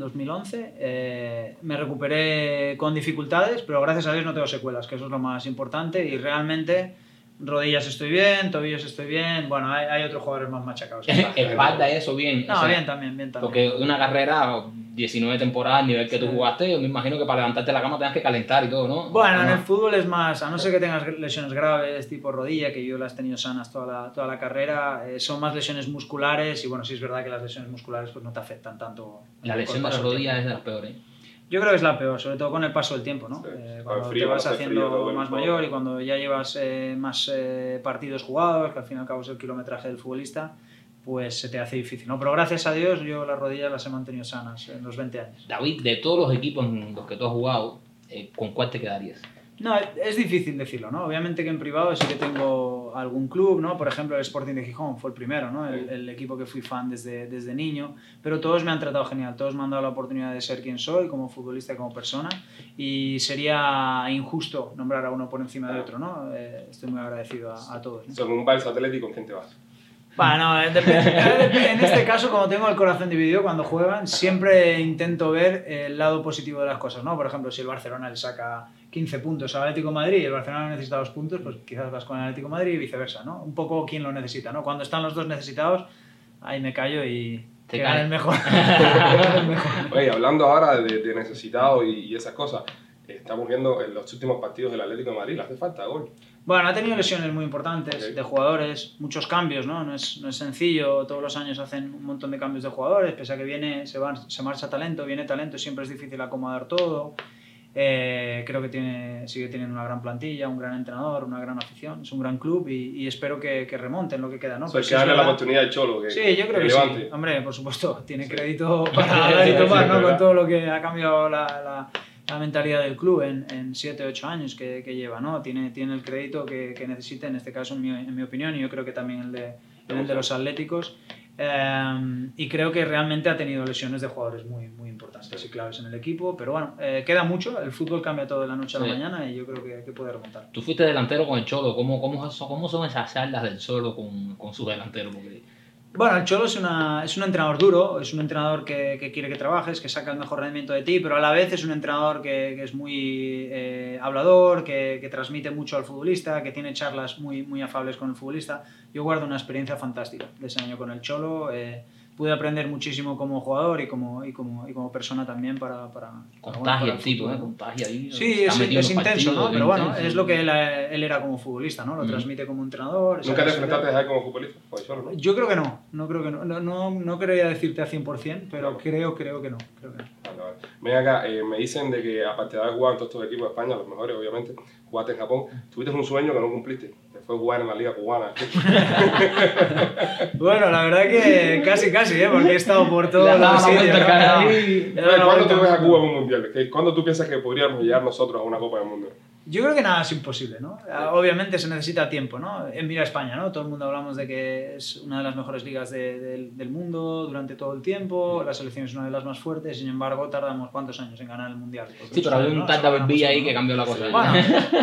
2011. Me recuperé con dificultades, pero gracias a Dios no tengo secuelas, que eso es lo más importante y realmente... Rodillas estoy bien, tobillos estoy bien. Bueno, hay otros jugadores más machacados. Espalda, eso bien. No, o sea, bien también. Porque una carrera, 19 temporadas, nivel que tú jugaste, yo me imagino que para levantarte la cama tengas que calentar y todo, ¿no? Bueno, en el fútbol es más, a no ser que tengas lesiones graves tipo rodilla, que yo las he tenido sanas toda la carrera, son más lesiones musculares y bueno, sí es verdad que las lesiones musculares pues no te afectan tanto. La lesión de la rodilla es de las peores. Yo creo que es la peor, sobre todo con el paso del tiempo, ¿no? Cuando te vas haciendo más mayor y cuando ya llevas más partidos jugados, que al fin y al cabo es el kilometraje del futbolista, pues se te hace difícil, ¿no? Pero gracias a Dios yo las rodillas las he mantenido sanas en los 20 años. David, de todos los equipos en los que tú has jugado, ¿con cuál te quedarías? No, es difícil decirlo, ¿no? Obviamente que en privado sí que tengo algún club, ¿no? Por ejemplo, el Sporting de Gijón fue el primero, ¿no? El equipo que fui fan desde niño, pero todos me han tratado genial, todos me han dado la oportunidad de ser quien soy, como futbolista y como persona, y sería injusto nombrar a uno por encima de otro, ¿no? Estoy muy agradecido a todos, ¿no? Según un Barça Atlético, ¿con quién te vas? Bueno, en este caso, como tengo el corazón dividido cuando juegan, siempre intento ver el lado positivo de las cosas, ¿no? Por ejemplo, si el Barcelona le saca 15 puntos al Atlético de Madrid y el Barcelona necesita 2 puntos, pues quizás vas con el Atlético de Madrid y viceversa, ¿no? Un poco quién lo necesita, ¿no? Cuando están los dos necesitados, ahí me callo y que gane el mejor. Oye, hablando ahora de necesitados y esas cosas, estamos viendo en los últimos partidos del Atlético de Madrid, le hace falta gol. Bueno, ha tenido lesiones muy importantes de jugadores, muchos cambios, ¿no? No es sencillo, todos los años hacen un montón de cambios de jugadores, pese a que se marcha talento, viene talento, siempre es difícil acomodar todo. Creo que sigue teniendo una gran plantilla, un gran entrenador, una gran afición, es un gran club y espero que remonten lo que queda, ¿no? Hay que darle la oportunidad al Cholo. Sí, yo creo que sí. Hombre, por supuesto, tiene crédito para dar y tomar, ¿no? Con todo lo que ha cambiado la mentalidad del club en 7 o 8 años que lleva, ¿no? Tiene el crédito que necesita, en este caso, en mi opinión, y yo creo que también el de los Atléticos. Y creo que realmente ha tenido lesiones de jugadores muy, muy importantes y claves en el equipo, pero bueno, queda mucho, el fútbol cambia todo de la noche a la mañana y yo creo que puede remontar. Tú fuiste delantero con el Cholo, ¿cómo son esas charlas del Cholo con su delantero? Porque... Bueno, el Cholo es un entrenador duro, es un entrenador que quiere que trabajes, que saca el mejor rendimiento de ti, pero a la vez es un entrenador que es muy hablador, que transmite mucho al futbolista, que tiene charlas muy, muy afables con el futbolista. Yo guardo una experiencia fantástica de ese año con el Cholo. Pude aprender muchísimo como jugador y como persona también para contagia el tipo, contagia ahí. Sí, es intenso, ¿no? Pero bueno, es lo que él era como futbolista, ¿no? Lo transmite como entrenador. ¿Nunca te enfrentaste a él como futbolista? ¿No? Yo creo que no quería decirte a 100%, pero creo que no. Vale. Ven acá, me dicen de que aparte de haber jugado en todos estos equipos de España, los mejores obviamente, jugaste en Japón, tuviste un sueño que no cumpliste, que fue jugar en la liga cubana. Bueno, la verdad que casi, porque he estado por todos los sitios. ¿Cuándo tú ves a Cuba en un mundial? ¿Cuándo tú piensas que podríamos llegar nosotros a una Copa del Mundo? Yo creo que nada es imposible, ¿no? Obviamente se necesita tiempo, ¿no? Mira España, ¿no? Todo el mundo hablamos de que es una de las mejores ligas del mundo durante todo el tiempo, la selección es una de las más fuertes, sin embargo tardamos ¿cuántos años en ganar el mundial? Sí, pero había un tal David Villa ahí que cambió la cosa. Bueno,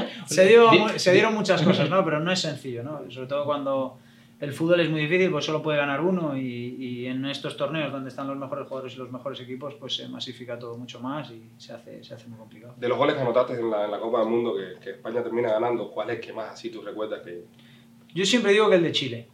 se dieron muchas cosas, ¿no? Pero no es sencillo, ¿no? Sobre todo cuando el fútbol es muy difícil, pues solo puede ganar uno y en estos torneos donde están los mejores jugadores y los mejores equipos, pues se masifica todo mucho más y se hace muy complicado. De los goles que anotaste en la Copa del Mundo que España termina ganando, ¿cuál es que más así tú recuerdas que...? Yo siempre digo que el de Chile,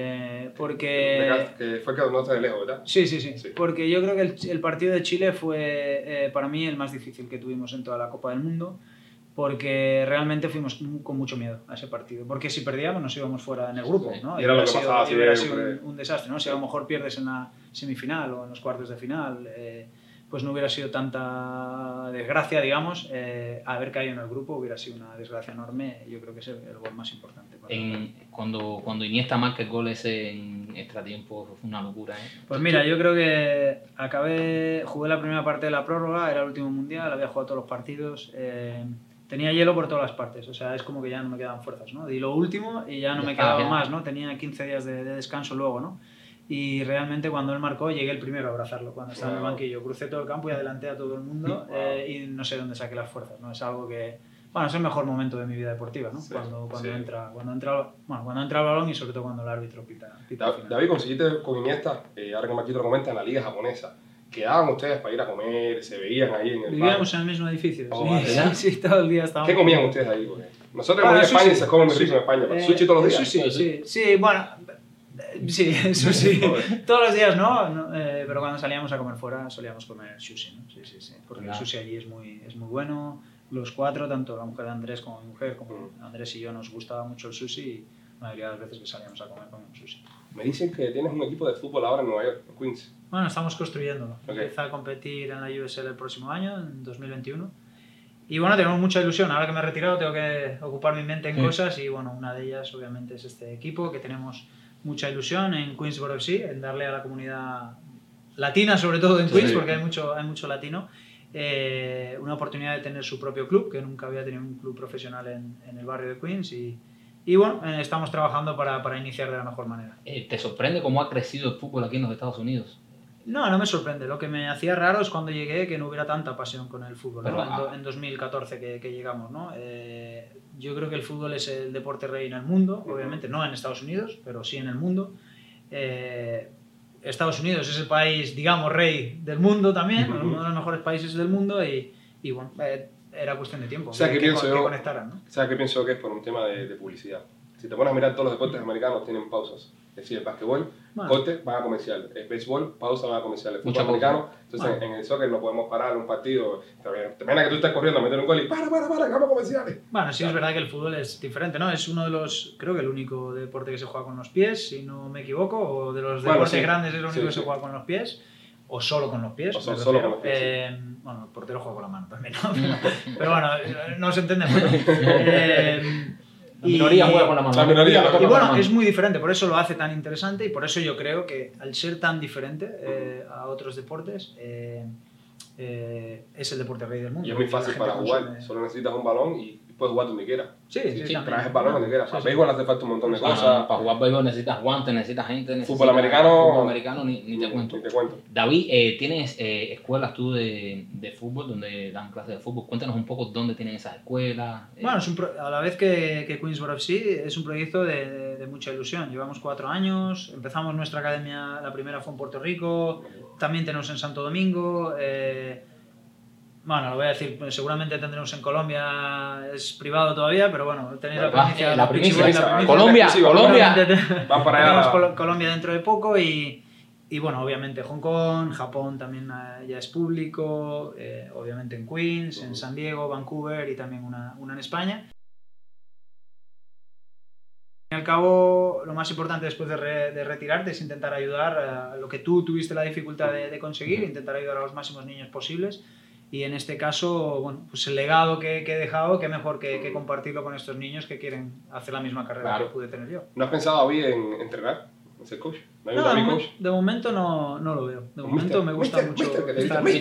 porque... Que fue el que anotaste de lejos, ¿verdad? Sí, porque yo creo que el partido de Chile fue para mí el más difícil que tuvimos en toda la Copa del Mundo, porque realmente fuimos con mucho miedo a ese partido, porque si perdíamos nos íbamos fuera en el grupo, ¿no? Y era lo que pasaba siempre. Hubiera sido un desastre, ¿no? Si a lo mejor pierdes en la semifinal o en los cuartos de final, pues no hubiera sido tanta desgracia, digamos. Haber caído en el grupo hubiera sido una desgracia enorme. Yo creo que es el gol más importante. Cuando Iniesta marca el gol ese en extratiempo, fue una locura, ¿eh? Pues mira, yo creo que jugué la primera parte de la prórroga, era el último mundial, había jugado todos los partidos. Tenía hielo por todas las partes, o sea, es como que ya no me quedaban fuerzas, ¿no? Di lo último y ya no me quedaba más, ¿no? Tenía 15 días de descanso luego, ¿no? Y realmente cuando él marcó llegué el primero a abrazarlo, cuando estaba en el banquillo. Crucé todo el campo y adelanté a todo el mundo y no sé dónde saqué las fuerzas, ¿no? Es algo que... Bueno, es el mejor momento de mi vida deportiva, ¿no? Sí, cuando entra el balón y sobre todo cuando el árbitro pita al final. David, conseguiste con Iniesta, ahora que Marquito lo comenta, en la liga japonesa. ¿Quedaban ustedes para ir a comer? ¿Se veían ahí en el Vivíamos en el mismo edificio. Sí, todo el día estábamos. ¿Qué comían ustedes ahí? Porque nosotros en España se come muy rico en España, pero sushi todos los días. Sí, bueno, sí, sushi. Todos los días no, pero cuando salíamos a comer fuera solíamos comer sushi, ¿no? Sí. Porque el sushi allí es muy bueno. Los cuatro, tanto la mujer de Andrés como mi mujer, como Andrés y yo, nos gustaba mucho el sushi y la mayoría de las veces que salíamos a comer comíamos sushi. Me dicen que tienes un equipo de fútbol ahora en Nueva York, en Queens. Bueno, estamos construyéndolo. Empieza a competir en la USL el próximo año, en 2021. Y bueno, tenemos mucha ilusión. Ahora que me he retirado tengo que ocupar mi mente en cosas y bueno, una de ellas obviamente es este equipo, que tenemos mucha ilusión en Queensboro FC, en darle a la comunidad latina, sobre todo en Queens, porque hay mucho latino. una oportunidad de tener su propio club, que nunca había tenido un club profesional en el barrio de Queens y bueno, estamos trabajando para iniciar de la mejor manera. ¿Te sorprende cómo ha crecido el fútbol aquí en los Estados Unidos? No me sorprende. Lo que me hacía raro es cuando llegué que no hubiera tanta pasión con el fútbol, ¿no? Pero, En 2014 que llegamos, ¿no? Yo creo que el fútbol es el deporte rey en el mundo, obviamente no en Estados Unidos, pero sí en el mundo. Estados Unidos es el país, digamos, rey del mundo también, uno de los mejores países del mundo y bueno, era cuestión de tiempo. O sea, que conectaran, ¿no? ¿Sabes qué pienso que es por un tema de publicidad? Si te pones a mirar, todos los deportes americanos tienen pausas. Es decir, el básquetbol, corte, van a comercial. El béisbol, pausa, van a comercial. El fútbol americano, entonces en el soccer no podemos parar un partido. Te imaginas que tú estás corriendo a meter un gol y para, vamos a comerciales. Bueno, sí, es verdad que el fútbol es diferente, ¿no? Es uno de los, creo que el único deporte que se juega con los pies, si no me equivoco, o de los deportes grandes es el único que se juega con los pies. O solo con los pies. O solo con los pies. Bueno, el portero juega con la mano también, ¿no? Pero bueno, nos entendemos, ¿no? La minoría juega con la mano. Y bueno, es muy diferente, por eso lo hace tan interesante y por eso yo creo que al ser tan diferente a otros deportes, es el deporte rey del mundo. Y es muy fácil para jugar, solo necesitas un balón y puedes jugar donde quieras. Sí, traes el balón donde quieras. Para béisbol hace falta un montón de cosas. Para jugar béisbol necesitas guantes, necesitas gente. Fútbol americano ni te cuento. Ni te cuento. David, tienes escuelas tú de fútbol donde dan clases de fútbol. Cuéntanos un poco dónde tienen esas escuelas. Bueno, a la vez que Queensboro FC es un proyecto de mucha ilusión. Llevamos 4 años, empezamos nuestra academia, la primera fue en Puerto Rico, también tenemos en Santo Domingo. Bueno, lo voy a decir, seguramente tendremos en Colombia, es privado todavía, pero bueno, tenéis la primicia. Colombia. Van para allá. Tenemos Colombia dentro de poco y bueno, obviamente Hong Kong, Japón también ya es público, obviamente en Queens, en San Diego, Vancouver y también una en España. Al cabo, lo más importante después de retirarte es intentar ayudar a lo que tú tuviste la dificultad de conseguir, intentar ayudar a los máximos niños posibles. Y en este caso, bueno, pues el legado que he dejado, qué mejor que compartirlo con estos niños que quieren hacer la misma carrera que pude tener yo. ¿No has pensado, David, en entrenar? ¿En ser coach? De momento no lo veo. De momento me gusta mucho estar en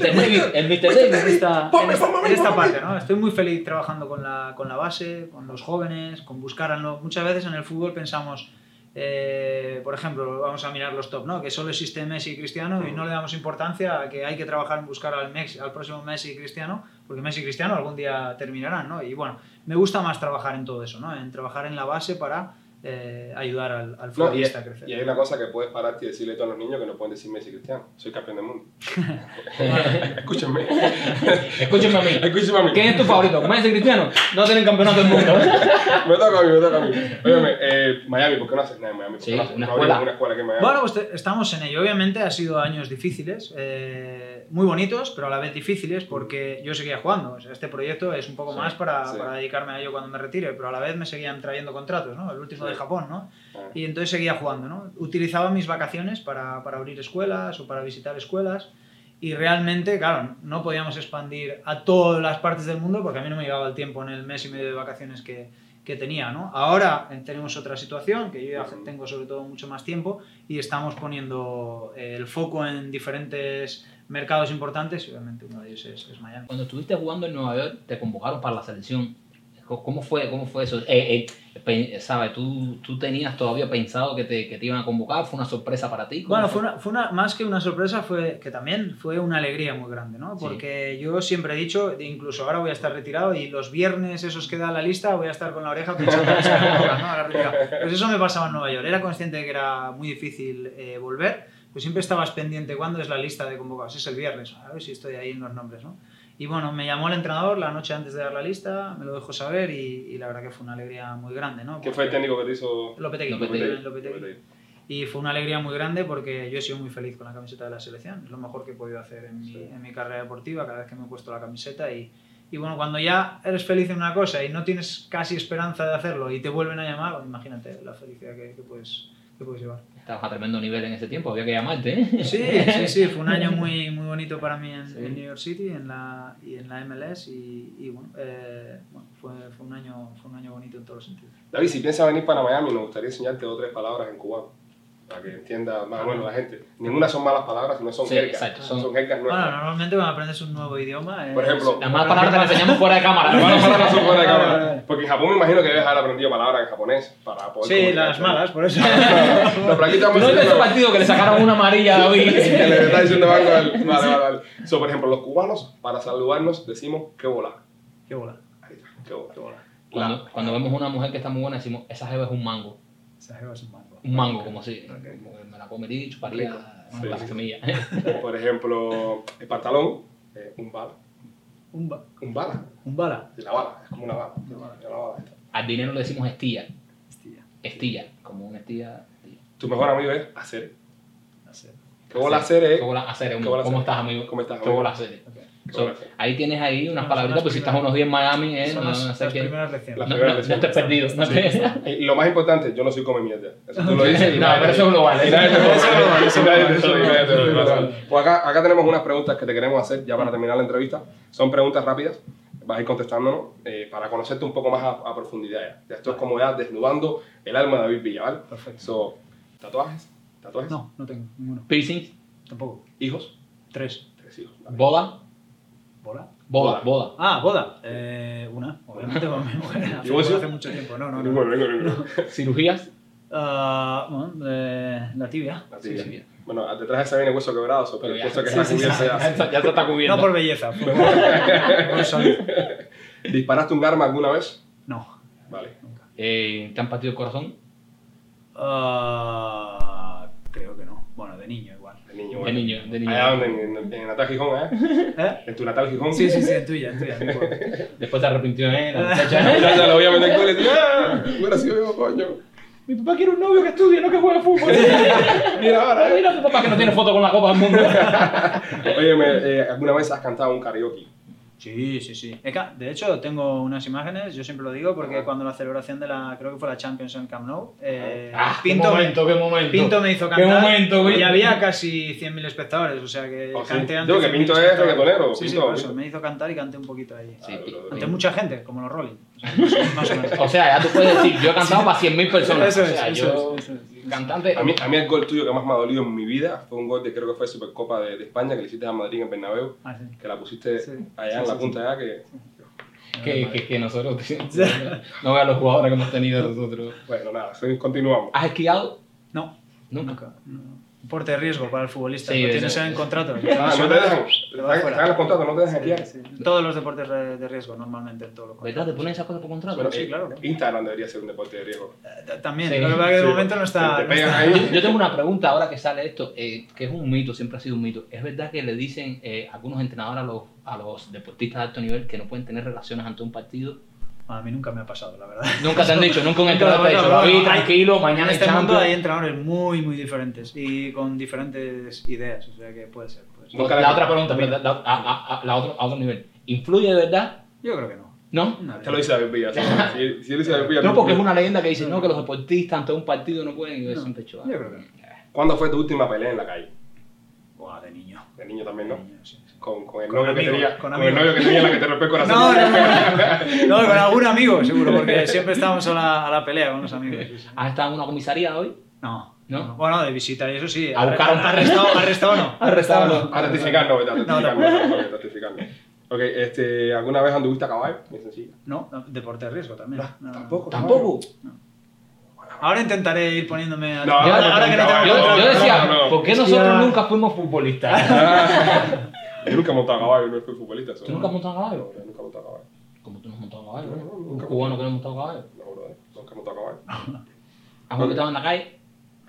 esta parte, ¿no? Estoy muy feliz trabajando con la base, con los jóvenes, con buscar... Muchas veces en el fútbol pensamos... por ejemplo, vamos a mirar los top, ¿no? Que solo existe Messi y Cristiano y no le damos importancia a que hay que trabajar en buscar al próximo Messi y Cristiano, porque Messi y Cristiano algún día terminarán, ¿no? Y bueno, me gusta más trabajar en todo eso, ¿no? En trabajar en la base para ayudar al futbolista a crecer. Y hay una cosa que puedes pararte y decirle a todos los niños que no pueden decir Messi y Cristiano. Soy campeón del mundo. Escúchenme. Escúchenme a mí. ¿Quién es tu favorito? ¿Messi y Cristiano? No tienen campeonato del mundo. me toca a mí. Óyeme, Miami, ¿por qué no haces nada en Miami? Sí, una escuela aquí en Miami. Bueno, pues estamos en ello. Obviamente ha sido años difíciles, muy bonitos, pero a la vez difíciles porque yo seguía jugando. O sea, este proyecto es un poco más para dedicarme a ello cuando me retire, pero a la vez me seguían trayendo contratos, ¿no? El último de Japón, ¿no? Y entonces seguía jugando, ¿no? Utilizaba mis vacaciones para abrir escuelas o para visitar escuelas y realmente, claro, no podíamos expandir a todas las partes del mundo porque a mí no me llegaba el tiempo en el mes y medio de vacaciones que tenía, ¿no? Ahora tenemos otra situación, que yo ya tengo sobre todo mucho más tiempo y estamos poniendo el foco en diferentes mercados importantes y obviamente uno de ellos es Miami. Cuando estuviste jugando en Nueva York, te convocaron para la selección. ¿Cómo fue eso? ¿Sabes? ¿Tú tenías todavía pensado que te iban a convocar? ¿Fue una sorpresa para ti? Bueno, fue más que una sorpresa, fue que también fue una alegría muy grande, ¿no? Porque yo siempre he dicho, incluso ahora voy a estar retirado y los viernes esos que da la lista voy a estar con la oreja pensando que se me convocan, ¿no? Ahora retirado. Pues eso me pasaba en Nueva York. Era consciente de que era muy difícil volver, pues siempre estabas pendiente cuándo es la lista de convocados. Es el viernes, a ver si estoy ahí en los nombres, ¿no? Y bueno, me llamó el entrenador la noche antes de dar la lista, me lo dejó saber y la verdad que fue una alegría muy grande, ¿no? ¿Quién fue el técnico que te hizo? Lopetegui. Y fue una alegría muy grande porque yo he sido muy feliz con la camiseta de la selección. Es lo mejor que he podido hacer en mi carrera deportiva, cada vez que me he puesto la camiseta. Y bueno, cuando ya eres feliz en una cosa y no tienes casi esperanza de hacerlo y te vuelven a llamar, imagínate la felicidad que puedes llevar. Estabas a tremendo nivel en ese tiempo, había que llamarte, ¿eh? Sí, fue un año muy bonito para mí en New York City en la MLS y bueno, fue un año bonito en todos los sentidos. David, si piensas venir para Miami, nos gustaría enseñarte 2 o 3 palabras en cubano. Para que entienda más o menos la gente. Ninguna son malas palabras, sino son Sí, jergas. exacto, Son son- jergas nuestras. Bueno, normalmente cuando aprendes un nuevo idioma. Por ejemplo, Las malas palabras te las enseñamos fuera de cámara. Las malas palabras son fuera de Vale, cámara. vale. Porque en Japón me imagino que debes haber aprendido palabras en japonés para poder Sí, comunicarte. las malas, por eso. No, pero aquí estamos No es de ese diciendo- partido que le sacaron una amarilla a David. que le está diciendo algo al... Vale. So, por ejemplo, los cubanos, para saludarnos, decimos qué bola. Qué bola. Ahí está, qué bola. Cuando vemos una mujer que está muy buena, decimos, esa jeva es un mango. Esa jeva es un mango. Un mango, como si me la comería y chuparía Sí, la sí. semilla. Por ejemplo, el pantalón, un bala. Un bala. Un bala. La bala, es como una bala. Una bala. Al dinero le decimos estilla. Estilla, como una estilla. Tu mejor amigo es hacer. Hacer. ¿Qué bola hacer es? ¿Qué bola hacer? ¿Qué bola ¿Cómo hacer? estás, amigo? ¿Cómo estás, ¿Qué amigo? bola hacer? ¿Qué So, bola hacer? ahí tienes ahí unas Son palabritas, las pues si estás primeras- unos días en Miami, son no las- sé las qué. primeras lecciones. Las No, primeras no lecciones. estés perdido. No te- Y lo más importante, yo no soy come mierda. Eso tú lo dices y No, nadie- pero eso es global. y nadie te lo Eso es global, eso es y nadie global, te eso lo- es y nadie te lo- global. Pues acá tenemos unas preguntas que te queremos hacer ya para terminar la entrevista. Son preguntas rápidas. Vas a ir contestándonos para conocerte un poco más a profundidad ya. Esto es como ya desnudando el alma de David Villa, ¿vale? Perfecto. So, ¿tatuajes? ¿Tatuajes? No, no tengo ninguno. Piercings, Tampoco. ¿Hijos? 3. 3 hijos. Vale. boda, ¿Bola? boda. Ah, boda. Una, obviamente con mi mujer. ¿Divorcio? Hace mucho tiempo. No. Ninguno. Cirugías, Bueno, la tibia. La tibia. Bueno, detrás de esa viene hueso quebrado, so, pero pero ya, puesto que sí, está sí, cubierto ya. ya te está cubierto. No por belleza, por salud. ¿Disparaste un arma alguna vez? No. Vale. ¿Te han partido el corazón? Creo que no. Bueno, de niño igual. De niño, De bueno. niño. Allá donde, en Natal Gijón, ¿eh? ¿Eh? En tu Natal Gijón. Sí, en tuya. mi pueblo. Después te arrepintió, ¿eh? La Ya muchacha. lo voy a meter en culo y hubiera sido yo, coño. Mi papá quiere un novio que estudie, no que juegue fútbol. Mira ahora, Mira a tu papá que no tiene foto con la Copa del Mundo. Óyeme, ¿alguna vez has cantado un karaoke? Sí. De hecho, tengo unas imágenes, yo siempre lo digo, porque cuando la celebración de creo que fue la Champions en Camp Nou, Pinto me hizo Qué cantar momento, güey. y había casi 100.000 espectadores, o sea que Oh, sí. canté Digo que 100.000 Pinto es espectadores. reggaetonero, Sí, Pinto, por eso, Pinto. me hizo cantar y canté un poquito ahí. Sí, Ante mucha gente, como los Rolling. Más o menos. O sea, ya tú puedes decir, yo he cantado para 100.000 personas. Eso o sea, es, yo, eso cantante. A mí el gol tuyo que más me ha dolido en mi vida fue un gol de creo que fue Supercopa de España que le hiciste a Madrid en Bernabéu, Ah, sí. que la pusiste Sí. allá en la punta allá que... Que nosotros no vean los jugadores que hemos tenido nosotros. Bueno, nada, continuamos. ¿Has esquiado? No, Nunca. no. Deporte de riesgo para el futbolista, Sí, lo eso. tienes en contrato. No te dejan, Te va fuera. están en los contratos, no te dejan esquiar. Sí. Todos los deportes de riesgo, normalmente, en todos los ¿Verdad? contratos. ¿Te ponen esas cosas por contrato? Bueno, Sí, claro. Instagram debería ser un deporte de riesgo. También, Sí. lo que pasa es que de Sí. momento no está. Te no pegan está. ahí. Yo tengo una pregunta ahora que sale esto, que es un mito, siempre ha sido un mito. ¿Es verdad que le dicen algunos entrenadores a los deportistas de alto nivel que no pueden tener relaciones ante un partido? A mí nunca me ha pasado, la verdad. Nunca te han dicho, nunca un entrenador te ha dicho, No, David, hay- tranquilo, mañana En hay este mundo Champions. hay entrenadores muy diferentes y con diferentes ideas, o sea que puede ser. Nunca La otra pregunta, a otro nivel. ¿Influye de verdad? Yo creo que no. ¿No? Te lo dice David Villa. Si él dice David Villa... No, porque es una leyenda que dice, no, que los deportistas ante un partido no pueden, y yo siempre he dicho, Yo creo que no. ¿Cuándo fue tu última pelea en la calle? Buah, de niño. De niño también, ¿no? De niño, sí. Con el Con novio que amigos, tenía, con con el amigos. novio que tenía la que te rompió el corazón. No, con algún amigo, seguro, porque siempre estábamos a la pelea con los amigos. Sí, sí. ¿has estado en una comisaría hoy? No. ¿No? Bueno, de visita y eso sí. A buscar un- Arrestado no. Arrestado no. A rectificar, no, ¿verdad? No, Rectificar, no. Ok, ¿alguna vez anduviste a caballo? Muy sencillo. No, deporte de riesgo también. No. ¿Tampoco? Ahora intentaré ir poniéndome a... No, ahora que no tengo Yo contrato. decía, no. ¿por qué Es que nosotros ya- nunca fuimos futbolistas? Yo nunca he montado a caballo, no fui futbolista. ¿Tú nunca has montado a caballo? No, yo nunca he montado a caballo. ¿Cómo tú no has montado a caballo? No, Un nunca. cubano que no ha montado a caballo. No, bro, nunca he montado a caballo. ¿Has vomitado en la calle?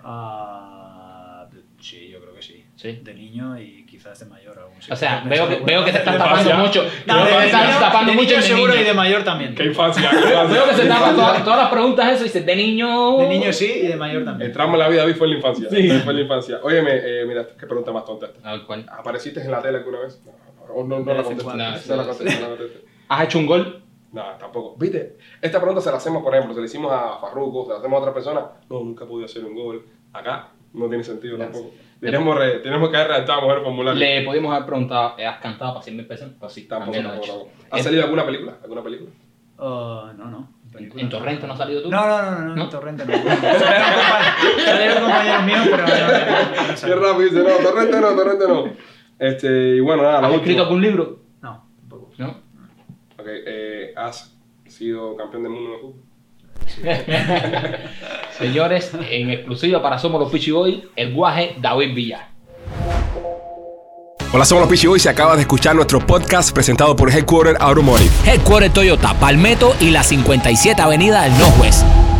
Sí, yo creo que sí. Sí. De niño y quizás de mayor aún. Sí. O sea, Me veo suena que te estás de tapando infancia. mucho. No, Veo que te de estás niño- tapando de mucho niño el de seguro niño. y de mayor también. ¡Qué infancia! ¡Qué infancia! Veo que se tapan todas las preguntas eso y dices, de niño... De niño sí y de mayor también. Entramos en la vida, David, fue en la infancia. Sí. Fue en la infancia. Óyeme, mira, qué pregunta más tonta esta. A ver, ¿cuál? ¿Apareciste en la tele alguna vez? No De la vez en contestes. cuando. No la contestes, no la contestes. ¿Has hecho un gol? No, tampoco. ¿Viste? Esta pregunta se la hacemos, por ejemplo, se la hicimos a Farruko, se la hacemos a otra persona. No, nunca he podido hacer un gol. Acá no tiene sentido tampoco. Tenemos que haber redactado mejor el formulario. Le podíamos haber preguntado, ¿has cantado para 100.000 pesos? Pues sí, Tampoco, también lo he tampoco, hecho. tampoco. ¿Ha salido alguna película? ¿Alguna película? No. ¿En Torrente no has salido tú? No, en Torrente no. Salieron compañeros míos, pero no. Qué rápido dice, no, Torrente no. Y bueno, nada, ¿Has escrito algún libro? No, tampoco. ¿No? Ok, ¿has sido campeón del mundo de fútbol? Señores, en exclusiva para Somos los Peachy Boys, el guaje David Villar. Hola, somos los Peachy Boys y acabas de escuchar nuestro podcast presentado por Headquarter Automotive. Headquarter Toyota, Palmetto y la 57 Avenida del Northwest.